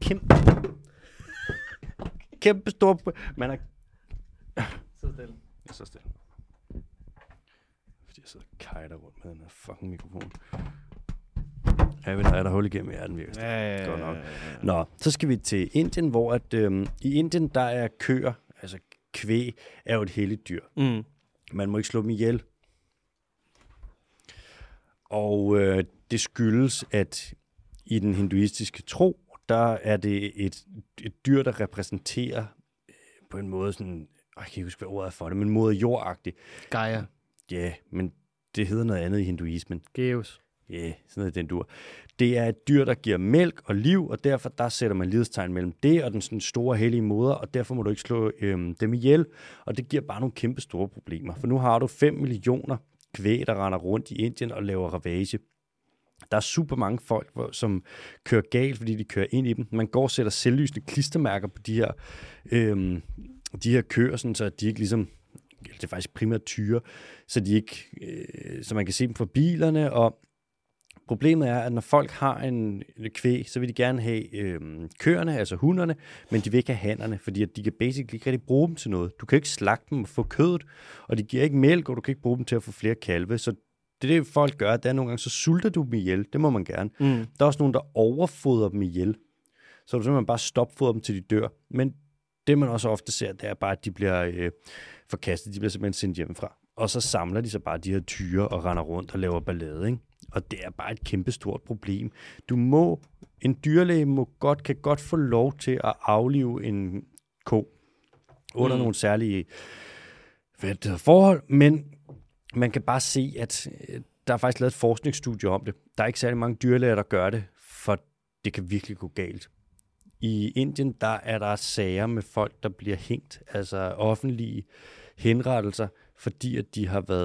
kæmpe store... Man har... Så stille. Så stille. Fordi jeg sidder og kajter rundt med den her fucking mikrofon. Ja, der er der hul igennem, ja, den virker stille. Ja. Godt nok. Nå, så skal vi til Indien, hvor at, i Indien, der er køer, altså kvæg, er jo et helligt dyr. Man må ikke slå dem ihjel. Og det skyldes, at i den hinduistiske tro, der er det et dyr, der repræsenterer på en måde sådan, jeg kan ikke huske, hvad ordet er for det, men måde jordagtigt. Gaia. Ja, men det hedder noget andet i hinduismen. Geus. Ja, sådan noget den dur. Det er et dyr, der giver mælk og liv, og derfor der sætter man lighedstegn mellem det og den sådan store hellige moder, og derfor må du ikke slå dem ihjel, og det giver bare nogle kæmpe store problemer. For nu har du 5 millioner kvæg, der render rundt i Indien og laver ravage. Der er super mange folk, som kører galt, fordi de kører ind i dem. Man går og sætter selvlysende klistermærker på de her køer, sådan, så de ikke ligesom, det er faktisk primært tyre, så de ikke, så man kan se dem fra bilerne. Og problemet er, at når folk har en kvæg, så vil de gerne have køerne, altså hunderne, men de vil ikke have hannerne, fordi at de kan basically ikke rigtig bruge dem til noget. Du kan ikke slagte dem og få kødet, og de giver ikke mælk, og du kan ikke bruge dem til at få flere kalve, så det folk gør, det er nogle gange, så sulter du dem ihjel. Det må man gerne. Der er også nogen, der overfodrer dem ihjel. Så du simpelthen bare stopfodrer dem, til de dør. Men det, man også ofte ser, det er bare, at de bliver forkastet. De bliver simpelthen sendt hjemmefra. Og så samler de sig bare de her tyre og render rundt og laver ballade, ikke? Og det er bare et kæmpestort problem. En dyrlæge kan godt få lov til at aflive en ko under nogle særlige forhold, men man kan bare se, at der er faktisk lavet et forskningsstudie om det. Der er ikke særlig mange dyrlæger, der gør det, for det kan virkelig gå galt. I Indien, der er der sager med folk, der bliver hængt, altså offentlige henrettelser, fordi at de har været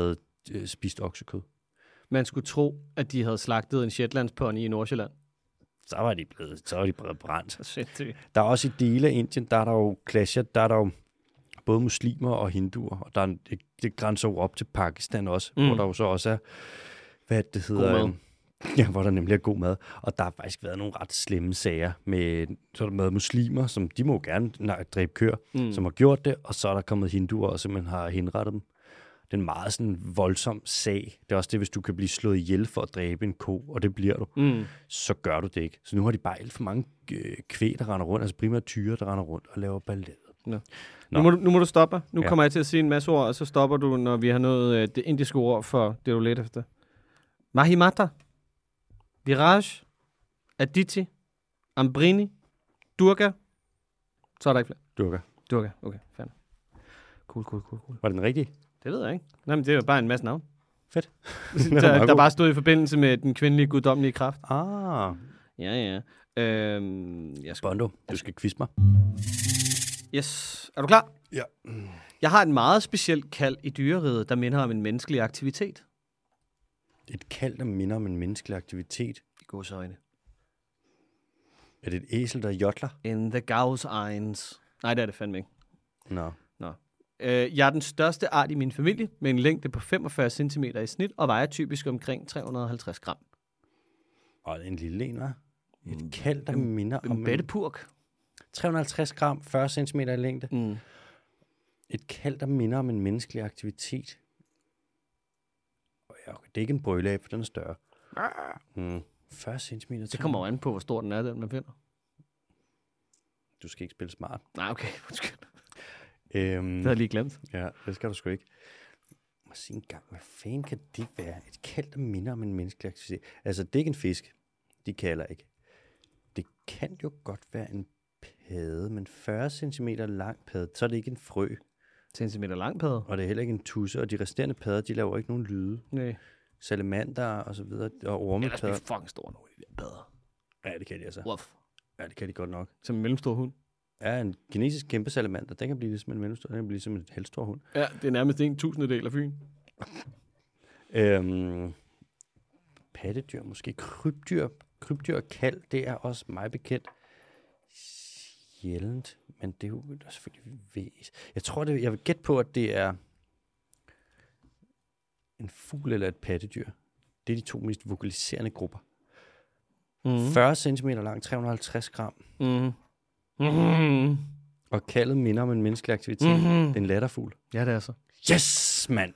spist oksekød. Man skulle tro, at de havde slagtet en shetlandspony i Nordsjælland. Så var de blevet brændt. Sindssygt. Der er også i dele af Indien, der er der jo clasher, der er der jo både muslimer og hinduer, og der er det grænser jo op til Pakistan også, hvor der jo så også er, hvad det hedder... Ja, hvor der nemlig er god mad. Og der har faktisk været nogle ret slemme sager med muslimer, som de må gerne dræbe køer, som har gjort det, og så er der kommet hinduer, og simpelthen har henrettet dem. Det er en meget sådan voldsom sag. Det er også det, hvis du kan blive slået ihjel for at dræbe en ko, og det bliver du, så gør du det ikke. Så nu har de bare alt for mange kvæg, der render rundt, altså primært tyre, der render rundt og laver ballade. Ja. Nu må du stoppe. Nu kommer jeg til at sige en masse ord, og så stopper du, når vi har nået det indiske ord for det, du lidt efter. Mahimata, Viraj, Aditi, Ambrini, Durga. Så er der ikke flere. Durga, okay, færdig. Cool. Var det den rigtige? Det ved jeg ikke. Nej, men det er jo bare en masse navn. Fedt. der bare stod i forbindelse med den kvindelige guddommelige kraft. Ja. Bondo, du skal quizze mig. Yes. Er du klar? Ja. Jeg har et meget specielt kald i dyreriget, der minder om en menneskelig aktivitet. Et kald, der minder om en menneskelig aktivitet? I godsøjne. Er det et æsel, der jodler? In the Gauss Eins. Nej, det er det fandme ikke. Nå. Jeg er den største art i min familie, med en længde på 45 cm i snit, og vejer typisk omkring 350 gram. Og en lille en, hva'? Et kald, der minder om... En bættepurk. 350 gram, 40 cm i længde. Et kald, der minder om en menneskelig aktivitet. Det er ikke en brøleab, for den er større. 40 cm. Det kommer jo an på, hvor stor den er, den man finder. Du skal ikke spille smart. Nej, okay. Undskyld. Det havde jeg lige glemt. Ja, det skal du sgu ikke. Må sige en gang, hvad fanden kan det være? Et kald, der minder om en menneskelig aktivitet. Altså, det er ikke en fisk. De kalder ikke. Det kan jo godt være en padde, men 40 cm lang padde, så er det ikke en frø. Centimeter lang padde. Og det er heller ikke en tusse, og de resterende padder, de laver ikke nogen lyde. Nej. Salamander og så videre, og ormepadder. Ja, det er fucking store nogle af de der padder. Ja, det kan de altså. Wuff. Ja, det kan de godt nok. Som en mellemstor hund. Ja, en kinesisk kæmpe salamander, den kan blive ligesom en mellemstor, den kan blive ligesom en halvstor hund. Ja, det er nærmest 1/1000 af Fyn. Pattedyr, måske krybdyr og kald, det er også meget bekendt. Sjældent, men det er jo selvfølgelig væs. Jeg tror, jeg vil gætte på, at det er en fugl eller et pattedyr. Det er de to mest vokaliserende grupper. 40 cm lang, 350 gram. Og kaldet minder om en menneskelig aktivitet. Det er en latterfugl. Ja, det er så. Yes, mand!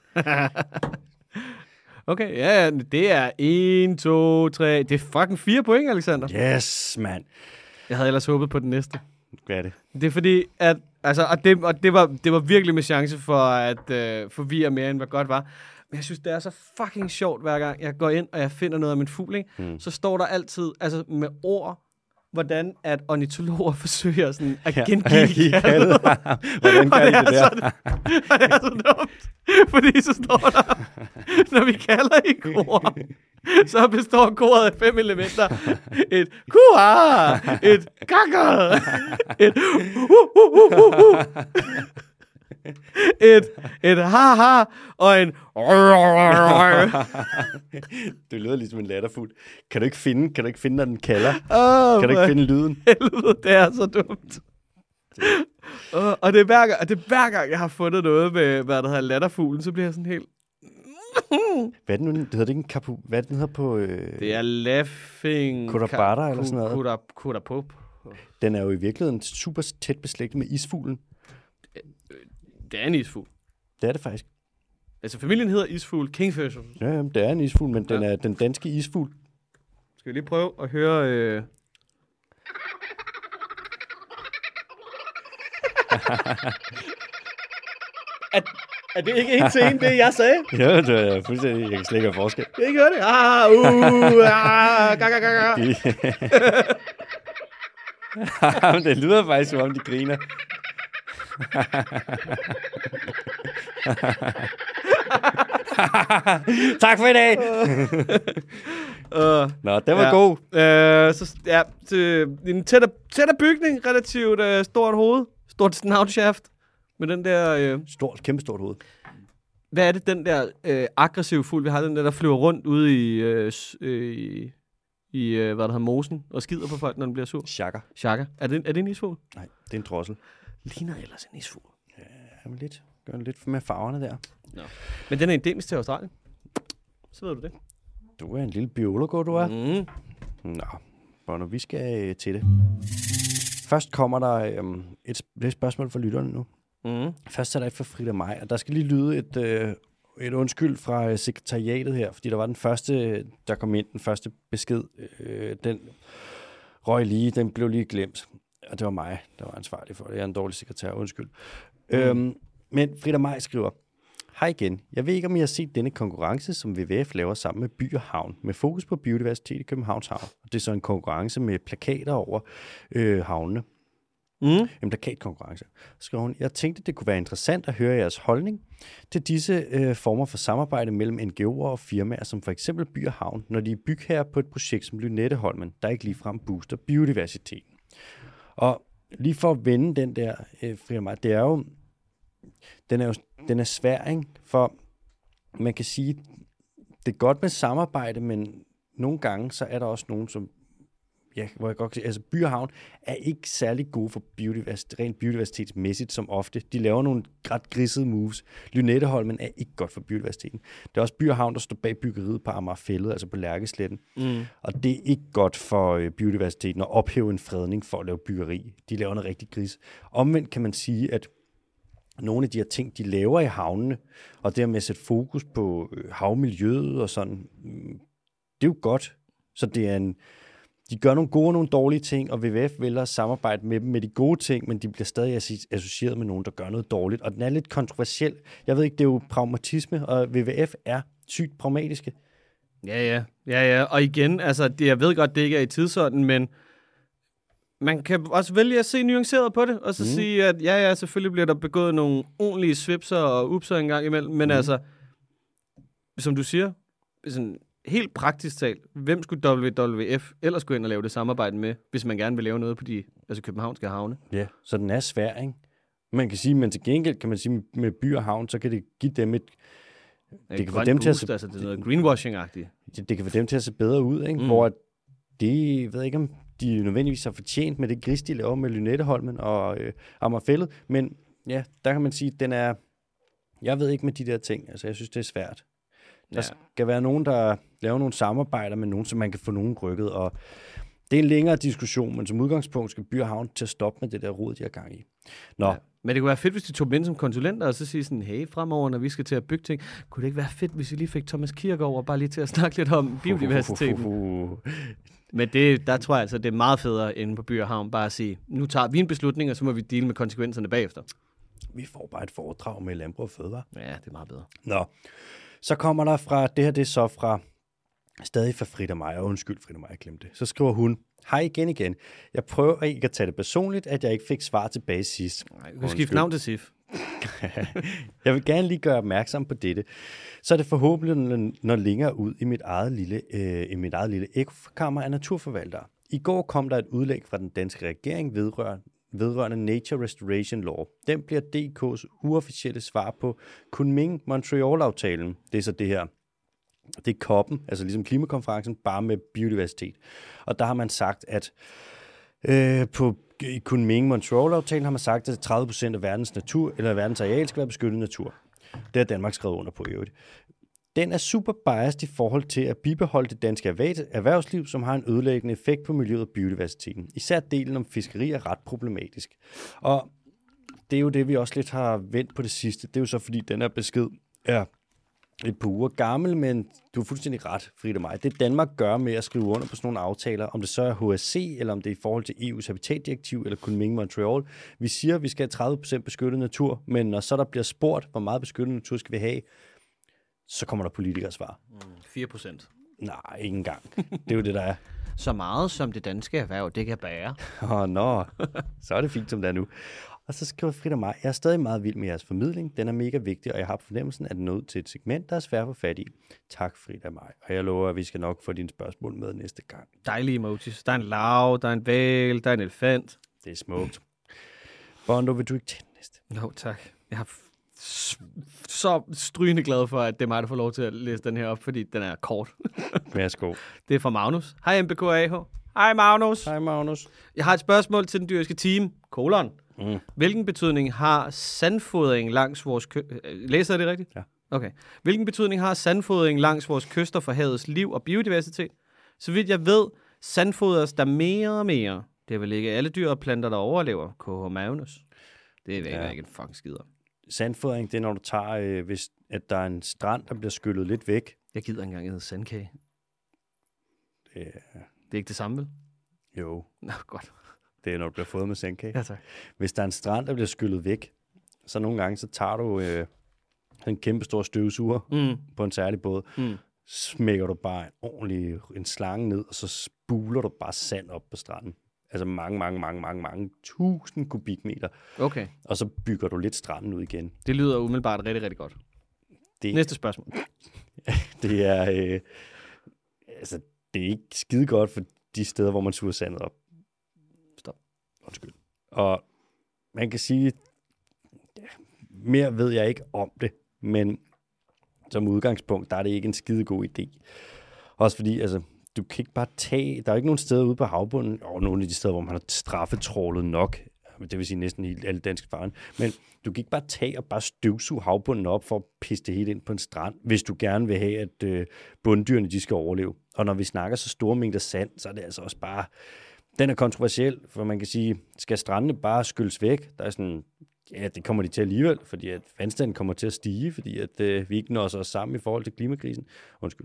Okay, ja, det er 1, 2, 3. Det er fucking 4 point, Alexander. Yes, mand! Jeg havde ellers håbet på den næste. Hvad er det? Det er fordi, at altså, det var virkelig med chance for at forvirre mere, end hvad godt var. Men jeg synes, det er så fucking sjovt, hver gang jeg går ind, og jeg finder noget af min fugl, ikke? Så står der altid altså med ord, hvordan at ornitologer forsøger sådan at gengive kaldet. Hvordan kan det der? Og det er så dumt, fordi så står der, når vi kalder i kor, så består koret af 5 elementer. Et kua, et kakker, et et ha-ha, og en Det lyder ligesom en latterfugl. Kan du ikke finde, når den kalder? Kan du ikke finde lyden? Helvede, det er så dumt. Og det er hver gang, jeg har fundet noget med, hvad der hedder latterfuglen, så bliver jeg sådan helt... Hvad er det nu? Det hedder det ikke en kapu... Hvad er det, den hedder på... Det er laughing... Kudabara eller sådan noget. Kudapop. Den er jo i virkeligheden super tæt beslægtet med isfuglen. Det er en isfugl. Det er det faktisk. Altså, familien hedder isfugl Kingfisher. Ja, det er en isfugl, men den er den danske isfugl. Skal vi lige prøve at høre... Er det ikke en til en, det jeg sagde? Ja, det er fuldstændig. Jeg kan slet ikke have forskel. Jeg ikke høre det? Det lyder faktisk, som om de griner. Tak for i dag. Nå, det var god. En tættere bygning, relativt stort hoved, stort snoutshaft, med den der... Kæmpestort hoved. hvad er det, den der aggressive fugl, vi har, den der flyver rundt ude i hvad der hedder, mosen, og skider på folk, når den bliver sur? Chaka. Er det en isfugl? Nej, det er en drossel. Ligner ellers en isfugl. Ja, men lidt. Gør lidt med farverne der. No. Men den er endemisk til Australien. Så ved du det. Du er en lille biolog, du er. Nå, Bono, vi skal til det. Først kommer der et spørgsmål fra lytterne nu. Først er der et fra Frida Maj, og der skal lige lyde et undskyld fra sekretariatet her, fordi der var den første, der kom ind, den første besked, den røg lige, den blev lige glemt. Og det var mig, der var ansvarlig for det. Jeg er en dårlig sekretær, undskyld. Men Frida Maj skriver, hej igen. Jeg ved ikke, om I har set denne konkurrence, som WWF laver sammen med By og Havn, med fokus på biodiversitet i Københavns Havn. Det er så en konkurrence med plakater over havnene. En plakatkonkurrence. Skriver hun, jeg tænkte, det kunne være interessant at høre jeres holdning til disse former for samarbejde mellem NGO'er og firmaer, som for eksempel By og Havn, når de er bygherrer på et projekt som Lynetteholmen, der ikke ligefrem booster biodiversiteten. Og lige for at vende den der, Frida Maj, det er jo, den er svær, ikke? For man kan sige, det er godt med samarbejde, men nogle gange, så er der også nogen, som, ja, hvor jeg godt kan sige, altså By og Havn er ikke særlig gode for rent biodiversitetsmæssigt som ofte. De laver nogle ret grisede moves. Lynetteholmen er ikke godt for biodiversiteten. Det er også By og Havn, der står bag byggeriet på Amagerfælled, altså på Lærkesletten. Og det er ikke godt for biodiversiteten at ophæve en fredning for at lave byggeri. De laver noget rigtig gris. Omvendt kan man sige, at nogle af de her ting, de laver i havnene, og dermed at sætte fokus på havmiljøet og sådan, det er jo godt. Så det er de gør nogle gode og nogle dårlige ting, og WWF vælger at samarbejde med dem med de gode ting, men de bliver stadig associeret med nogen, der gør noget dårligt. Og den er lidt kontroversiel. Jeg ved ikke, det er jo pragmatisme, og WWF er sygt pragmatiske. Ja. Og igen, altså, jeg ved godt, det ikke er i tidsånden, men man kan også vælge at se nuanceret på det, og så sige, at ja, selvfølgelig bliver der begået nogle ordentlige svipser og upser en gang imellem, men altså, som du siger, sådan helt praktisk talt, hvem skulle WWF ellers gå ind og lave det samarbejde med, hvis man gerne vil lave noget på de københavnske havne? Ja, så den er svær, ikke? Man kan sige, men til gengæld kan man sige, med By og Havn, så kan det give dem et det kan få dem til at se, altså det er noget greenwashing-agtigt. Det kan få dem til at se bedre ud, ikke? Hvor de, jeg ved ikke, om de nødvendigvis har fortjent med det gris, de laver med Lynetteholmen og Amagerfælled, men ja, der kan man sige, den er, jeg ved ikke med de der ting, altså jeg synes, det er svært. Der skal være nogen, der laver nogle samarbejder med nogen, så man kan få nogen rykket, og det er en længere diskussion, men som udgangspunkt skal By og Havn til at stoppe med det der rod, de har gang i. Nå. Ja. Men det kunne være fedt, hvis de tog dem ind som konsulenter, og så sige sådan, hey, fremover, når vi skal til at bygge ting, kunne det ikke være fedt, hvis vi lige fik Thomas Kirk over, bare lige til at snakke lidt om biodiversiteten? Men der tror jeg altså, det er meget federe inde på By og Havn, bare at sige, nu tager vi en beslutning, og så må vi dele med konsekvenserne bagefter. Vi får bare et foredrag med Landbrug og Fødevare. Ja, det er meget bedre. Nå, så kommer der fra, det er så fra, stadig fra Frida Maj, og undskyld Frida Maj, jeg glemte det. Så skriver hun, hej igen. Jeg prøver ikke at tage det personligt, at jeg ikke fik svar tilbage sidst. Nej, du kan skifte navn til Sif. Jeg vil gerne lige gøre opmærksom på dette. Så er det forhåbentlig når længere ud i mit eget lille ekokammer af naturforvaltere. I går kom der et udlæg fra den danske regering vedrørende Nature Restoration Law. Den bliver DK's uofficielle svar på Kunming-Montreal-aftalen. Det er så det her. Det er COP'en, altså ligesom klimakonferencen, bare med biodiversitet. Og der har man sagt, at i Kunming-Montreal-aftalen har man sagt, at 30% af verdens natur, eller verdens areal skal være beskyttet natur. Det har Danmark skrevet under på i øvrigt. Den er super biased i forhold til at bibeholde det danske erhvervsliv, som har en ødelæggende effekt på miljøet og biodiversiteten. Især delen om fiskeri er ret problematisk. Og det er jo det, vi også lidt har vendt på det sidste. Det er jo så, fordi den her besked er et par uger gammel, men du er fuldstændig ret, Frida Maj. Det Danmark gør med at skrive under på sådan nogle aftaler, om det så er HSC, eller om det er i forhold til EU's habitatdirektiv, eller Kunming-Montreal. Vi siger, at vi skal have 30% beskyttet natur, men når så der bliver spurgt, hvor meget beskyttet natur skal vi have, så kommer der politikers svar. 4%. Nej, ikke engang. Det er jo det, der er. Så meget som det danske erhverv, det kan bære. Så er det fint, som det er nu. Og så skriver Frida Maj, jeg er stadig meget vild med jeres formidling. Den er mega vigtig, og jeg har på fornemmelsen, at den er nået til et segment, der er svært at få fat i. Tak, Frida Maj. Og jeg lover, at vi skal nok få dine spørgsmål med næste gang. Dejlige emojis. Der er en lav, der er en hval, der er en elefant. Det er smukt. Bondo, vil du ikke tage den næste? Jo, tak. Jeg har så strygende glad for, at det er mig, der får lov til at læse den her op, fordi den er kort. Værsgo. Det er fra Magnus. Hej MBK AH. Hej Magnus. Hej Magnus. Jeg har et spørgsmål til den dyriske team. Hvilken betydning har sandfodring langs vores læser jeg det rigtigt? Ja. Okay. Hvilken betydning har sandfodring langs vores kyster for havets liv og biodiversitet? Så vidt jeg ved, sandfodres der mere og mere. Det er vel ikke alle dyr og planter, der overlever. KH Magnus. Det er vel ikke en fucking skider. Sandfodring, det er når du tager, hvis at der er en strand, der bliver skyllet lidt væk. Jeg gider engang hedde sandkage. Det er ikke det samme, vel? Jo. Nå, godt. Det er, når du bliver fået med sandkage. Ja, tak. Hvis der er en strand, der bliver skyllet væk, så nogle gange, så tager du en kæmpe stor støvsuger på en særlig båd, smækker du bare en slange ned, og så spuler du bare sand op på stranden. Altså mange tusind kubikmeter. Okay. Og så bygger du lidt stranden ud igen. Det lyder umiddelbart rigtig, rigtig godt. Næste spørgsmål. Det er, det er ikke skide godt for de steder, hvor man suger sandet op. Stop. Undskyld. Og man kan sige, mere ved jeg ikke om det, men som udgangspunkt, der er det ikke en skide god idé. Også fordi, altså, du kan ikke bare tage, der er ikke nogen steder ude på havbunden, nogle af de steder, hvor man har straffetrålet nok, det vil sige næsten helt alle danske farvand, men du kan ikke bare tage og bare støvsuge havbunden op for at pisse det helt ind på en strand, hvis du gerne vil have, at bunddyrene, de skal overleve. Og når vi snakker så store mængder sand, så er det altså også bare, den er kontroversiel, for man kan sige, skal strandene bare skylles væk? Der er sådan, ja, det kommer de til alligevel, fordi at vandstanden kommer til at stige, fordi at vi ikke når os sammen i forhold til klimakrisen. Undskyld.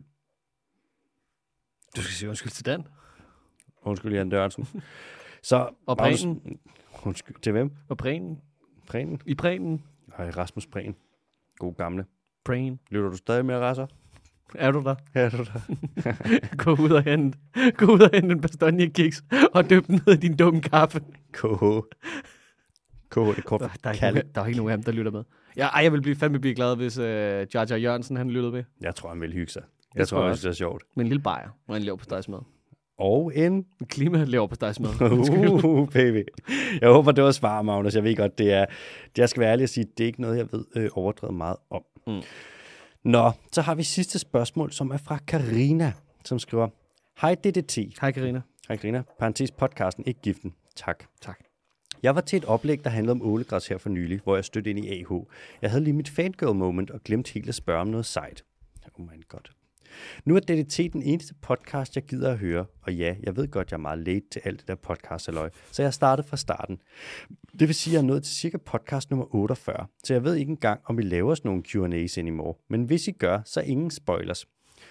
Du skal sige undskyld til Dan. Undskyld, Jan Dørnsen. Så, og Prehn. Undskyld, til hvem? Og Prehn. Prehn? I Prehn. Hej, Rasmus Prehn. God gamle. Prehn. Lytter du stadig med, Rasser? Er du der? Er du der? Gå ud og hente en bastogne-kiks og døb den ned i din dumme kaffe. KH, det er kort for der er ikke nogen af dem, der lytter med. Jeg vil fandme blive glad, hvis Jar Jar Jørgensen, han lyttede med. Jeg tror, han vil hygge sig. Jeg tror også, det er sjovt. Med en lille bajer og en leverpostejsmad. Og en klima-leverpostejsmad. Baby. Jeg håber, det var svar, Magnus. Jeg ved godt, det er... Jeg skal være ærlig og sige, det er ikke noget, jeg ved overdrevet meget om. Nå, så har vi sidste spørgsmål, som er fra Karina, som skriver: Hej DDT. Hej Karina. Hej Karina. Parentes podcasten, ikke giften. Tak. Jeg var til et oplæg, der handlede om ålegræs her for nylig, hvor jeg stødte ind i AH. Jeg havde lige mit fangirl moment og glemte helt at spørge om noget sejt. Oh my god. Nu er DDT den eneste podcast, jeg gider at høre. Og ja, jeg ved godt, jeg er meget late til alt det der podcast-halløj. Så jeg startede fra starten. Det vil sige, at jeg er nået til cirka podcast nummer 48. Så jeg ved ikke engang, om vi laver sådan nogle Q&A's anymore. Men hvis I gør, så ingen spoilers.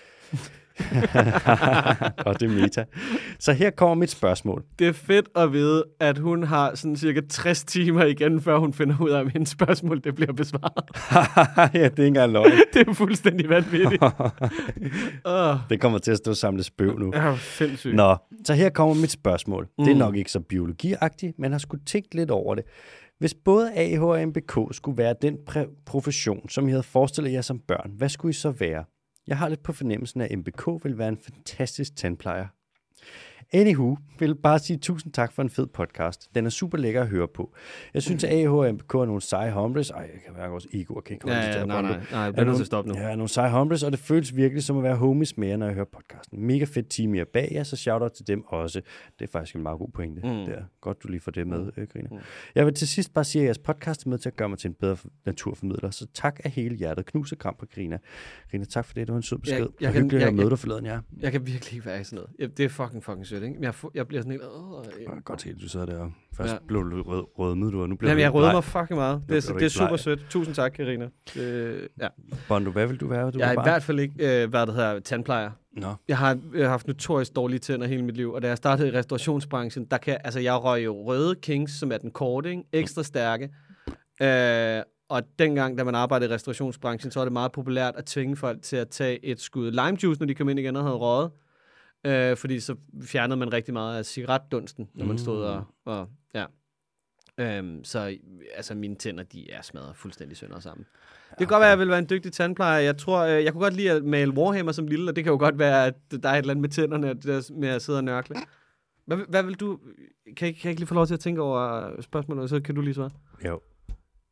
Og det er meta. Så her kommer mit spørgsmål. Det er fedt at vide, at hun har sådan cirka 60 timer igen, før hun finder ud af, om hendes spørgsmål det bliver besvaret. Ja, det er ikke engang løgn. Det er fuldstændig vanvittigt. Det kommer til at stå samlet spøv nu. Ja, sindssygt. Nå, så her kommer mit spørgsmål. Det er nok ikke så biologiagtigt, men har sgu tænkt lidt over det. Hvis både AH og MBK skulle være den profession, som I havde forestillet jer som børn, hvad skulle I så være? Jeg har lidt på fornemmelsen, at MBK vil være en fantastisk tandplejer. Anywho, vil bare sige tusind tak for en fed podcast. Den er super lækker at høre på. Jeg synes, at AH og MBK er nogle seje hombres. Jeg kan mærke vores ego, kan ikke holde det nej, jeg bliver nødt til at stoppe nu. Ja, nogle seje hombres, og det føles virkelig som at være homies med jer, når jeg hører podcasten. Mega fedt team I er bag jer, så shout out til dem også. Det er faktisk en meget god pointe. Det er godt, du lige får det med, Grine. Jeg vil til sidst bare sige, at jeres podcast er med til at gøre mig til en bedre naturformidler, så tak af hele hjertet. Knus og kram på Grine. Grine, tak for det. Det var en sød besked. Jeg hyggeligt at møde dig forleden, ja. Jeg kan virkelig ikke være i sådan noget. Det er fucking sødt, ikke? Jeg bliver sådan helt... Godt helt, du sidder der og først blev du rødmet, du, og nu bliver Jamen, jeg rødmer mig fucking meget. Det er super sødt. Tusind tak, Karina. Ja. Bondo, hvad vil du være? Jeg har i hvert fald ikke været det her tandplejer. No. Jeg har haft notorisk dårlige tænder hele mit liv, og da jeg startede i restaurationsbranchen, jeg røg jo røde Kings, som er den korte, ikke? Ekstra stærke. Og dengang, da man arbejdede i restaurationsbranchen, så var det meget populært at tvinge folk til at tage et skud lime juice, når de kom ind igen og havde røget. Fordi så fjernede man rigtig meget af cigaretdunsten, når man stod og ja. Så altså mine tænder, de er smadret fuldstændig sønder sammen. Det kan godt være, at jeg vil være en dygtig tandplejer. Jeg tror, jeg kunne godt lide at male Warhammer som lille, og det kan jo godt være, at der er et eller andet med tænderne, med at sidde og nørkle. Hvad vil du... Kan jeg ikke lige få lov til at tænke over spørgsmålet, så kan du lige svare? Jo.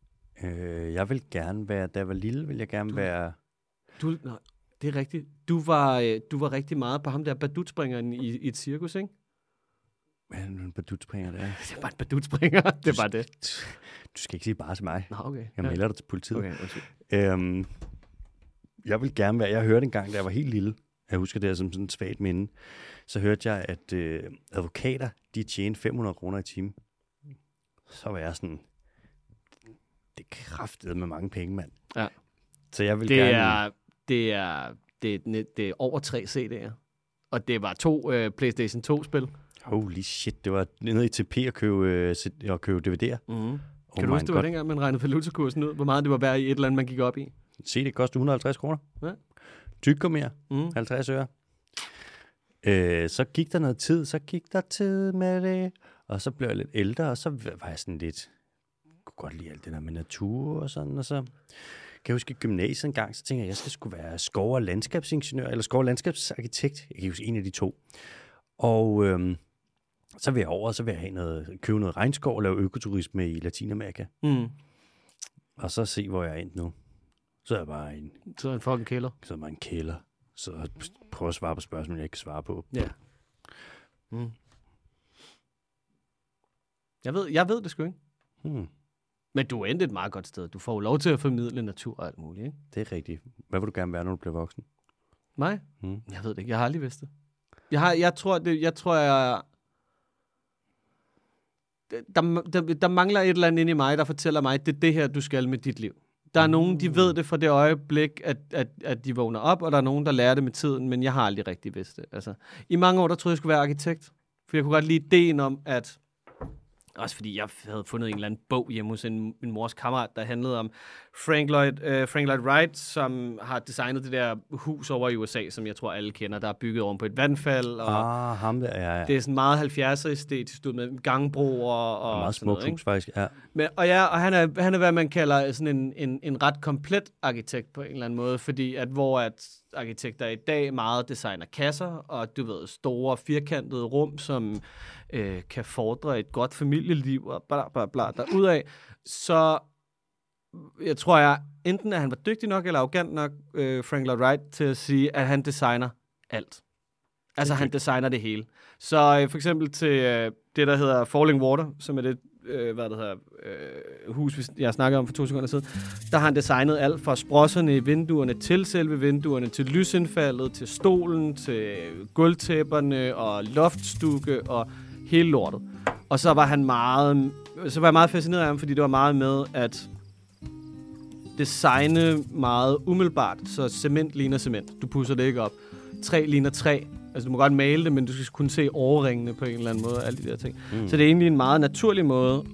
Jeg vil gerne være, da jeg var lille, vil jeg gerne være... Nej, det er rigtigt. Du var rigtig meget på ham der badutspringeren i et cirkus, ikke? Hvad er en badutspringer, det er? Det var en badutspringer, det var det. Du skal ikke sige bare til mig. Nå, okay. Jeg melder dig til politiet. Okay, jeg vil gerne være... Jeg hørte engang, da jeg var helt lille, jeg husker det som sådan et svagt minde, så hørte jeg, at advokater, de tjente 500 kroner i timen. Så var jeg sådan... Det kraftede med mange penge, mand. Ja. Så jeg vil gerne... Det er over 3 CD'er. Og det var 2 PlayStation 2-spil. Holy shit, det var nede i TP at købe DVD'er. Mm. Kan du huske, det var dengang, man regnede valutakursen ud? Hvor meget det var værd i et eller andet, man gik op i? Se, det kostede 150 kroner. Ja. Tykker mere. 50 øre. Så gik der noget tid. Så gik der tid med det. Og så blev jeg lidt ældre, og så var jeg sådan lidt... Jeg kunne godt lide alt det der med natur og sådan, og så... Kan jeg huske i gymnasiet en gang, så tænkte jeg skulle være skov- og landskabsingeniør, eller skov- og landskabsarkitekt. Jeg kan huske en af de 2. Og så vil jeg over, og så vil jeg købe noget regnskov og lave økoturisme i Latinamerika. Mm. Og så se, hvor jeg er endt nu. Så er jeg bare en fucking kælder. Så er jeg en kælder. Så prøver at svare på spørgsmål, jeg ikke kan svare på. Ja. Mm. Jeg ved det sgu ikke. Men du er endt et meget godt sted. Du får jo lov til at formidle natur og alt muligt, ikke? Det er rigtigt. Hvad vil du gerne være, når du bliver voksen? Mig? Jeg ved det ikke. Jeg har aldrig vidst det. Der mangler et eller andet inde i mig, der fortæller mig, at det er det her, du skal med dit liv. Der er nogen, de ved det fra det øjeblik, at de vågner op, og der er nogen, der lærer det med tiden, men jeg har aldrig rigtig vidst det. Altså, i mange år, der troede jeg skulle være arkitekt. For jeg kunne godt lide ideen om, at... Også fordi jeg havde fundet en eller anden bog hjemme hos min mors kammerat, der handlede om Frank Lloyd Wright, som har designet det der hus over i USA, som jeg tror alle kender, der er bygget oven på et vandfald. Og ham der, ja. Det er sådan meget 70'er æstetisk, med gangbroer og meget smukt hus, faktisk, ja. Men, og han er, hvad man kalder sådan en ret komplet arkitekt på en eller anden måde, fordi hvor arkitekter i dag meget designer kasser, og du ved, store firkantede rum, som kan fordre et godt familieliv og bla bla bla derudad, så jeg tror, enten at han var dygtig nok eller arrogant nok, Frank Lloyd Wright, til at sige, at han designer alt. Altså, han designer det hele. Så for eksempel til det, der hedder Falling Water, som er det, hus, jeg snakkede om for 2 sekunder siden, der har han designet alt fra sprosserne i vinduerne til selve vinduerne, til lysindfaldet, til stolen, til gulvtæpperne og loftstukke og hele lortet. Og så var jeg meget fascineret af ham, fordi det var meget med at designe meget umiddelbart, så cement ligner cement. Du pusser det ikke op. Træ ligner træ. Altså, du må godt male det, men du skal kunne se overringene på en eller anden måde, alle de der ting. Så det er egentlig en meget naturlig måde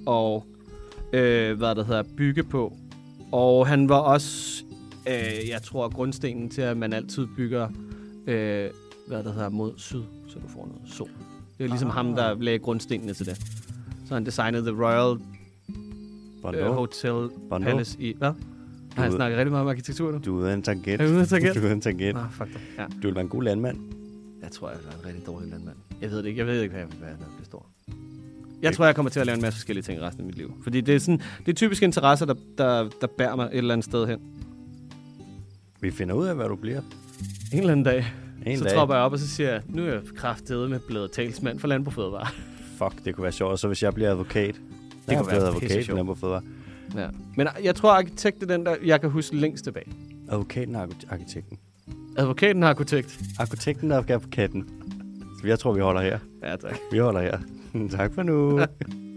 at bygge på. Og han var også, jeg tror, grundstenen til, at man altid bygger, mod syd, så du får noget sol. Det er ligesom ham, der lagde grundstenene til det. Så han designede The Royal Hotel Palace i... Hvad? Har han snakket rigtig meget om arkitektur nu? Du er ude af en tangent. Fuck dig. Ja. Du vil være en god landmand. Jeg tror, jeg er en rigtig dårlig landmand. Jeg ved det ikke. Jeg ved ikke, hvad jeg bliver stor. Jeg tror, jeg kommer til at lave en masse forskellige ting resten af mit liv. Fordi det er typiske interesser, der bærer mig et eller andet sted hen. Vi finder ud af, hvad du bliver. En eller anden dag. Så tropper jeg op, og så siger jeg, nu er jeg kraftedeme blevet talsmand for Landbrug Fødevare. Fuck, det kunne være sjovt. Så hvis jeg bliver advokat. Det kunne være advokat for Landbrug Fødevare. Ja. Men jeg tror, arkitekt er den, der jeg kan huske længst tilbage. Advokaten og arkitekten. Advokaten og arkitekt. Arkitekten og advokaten. Så jeg tror, vi holder her. Ja, tak. Vi holder her. Tak for nu.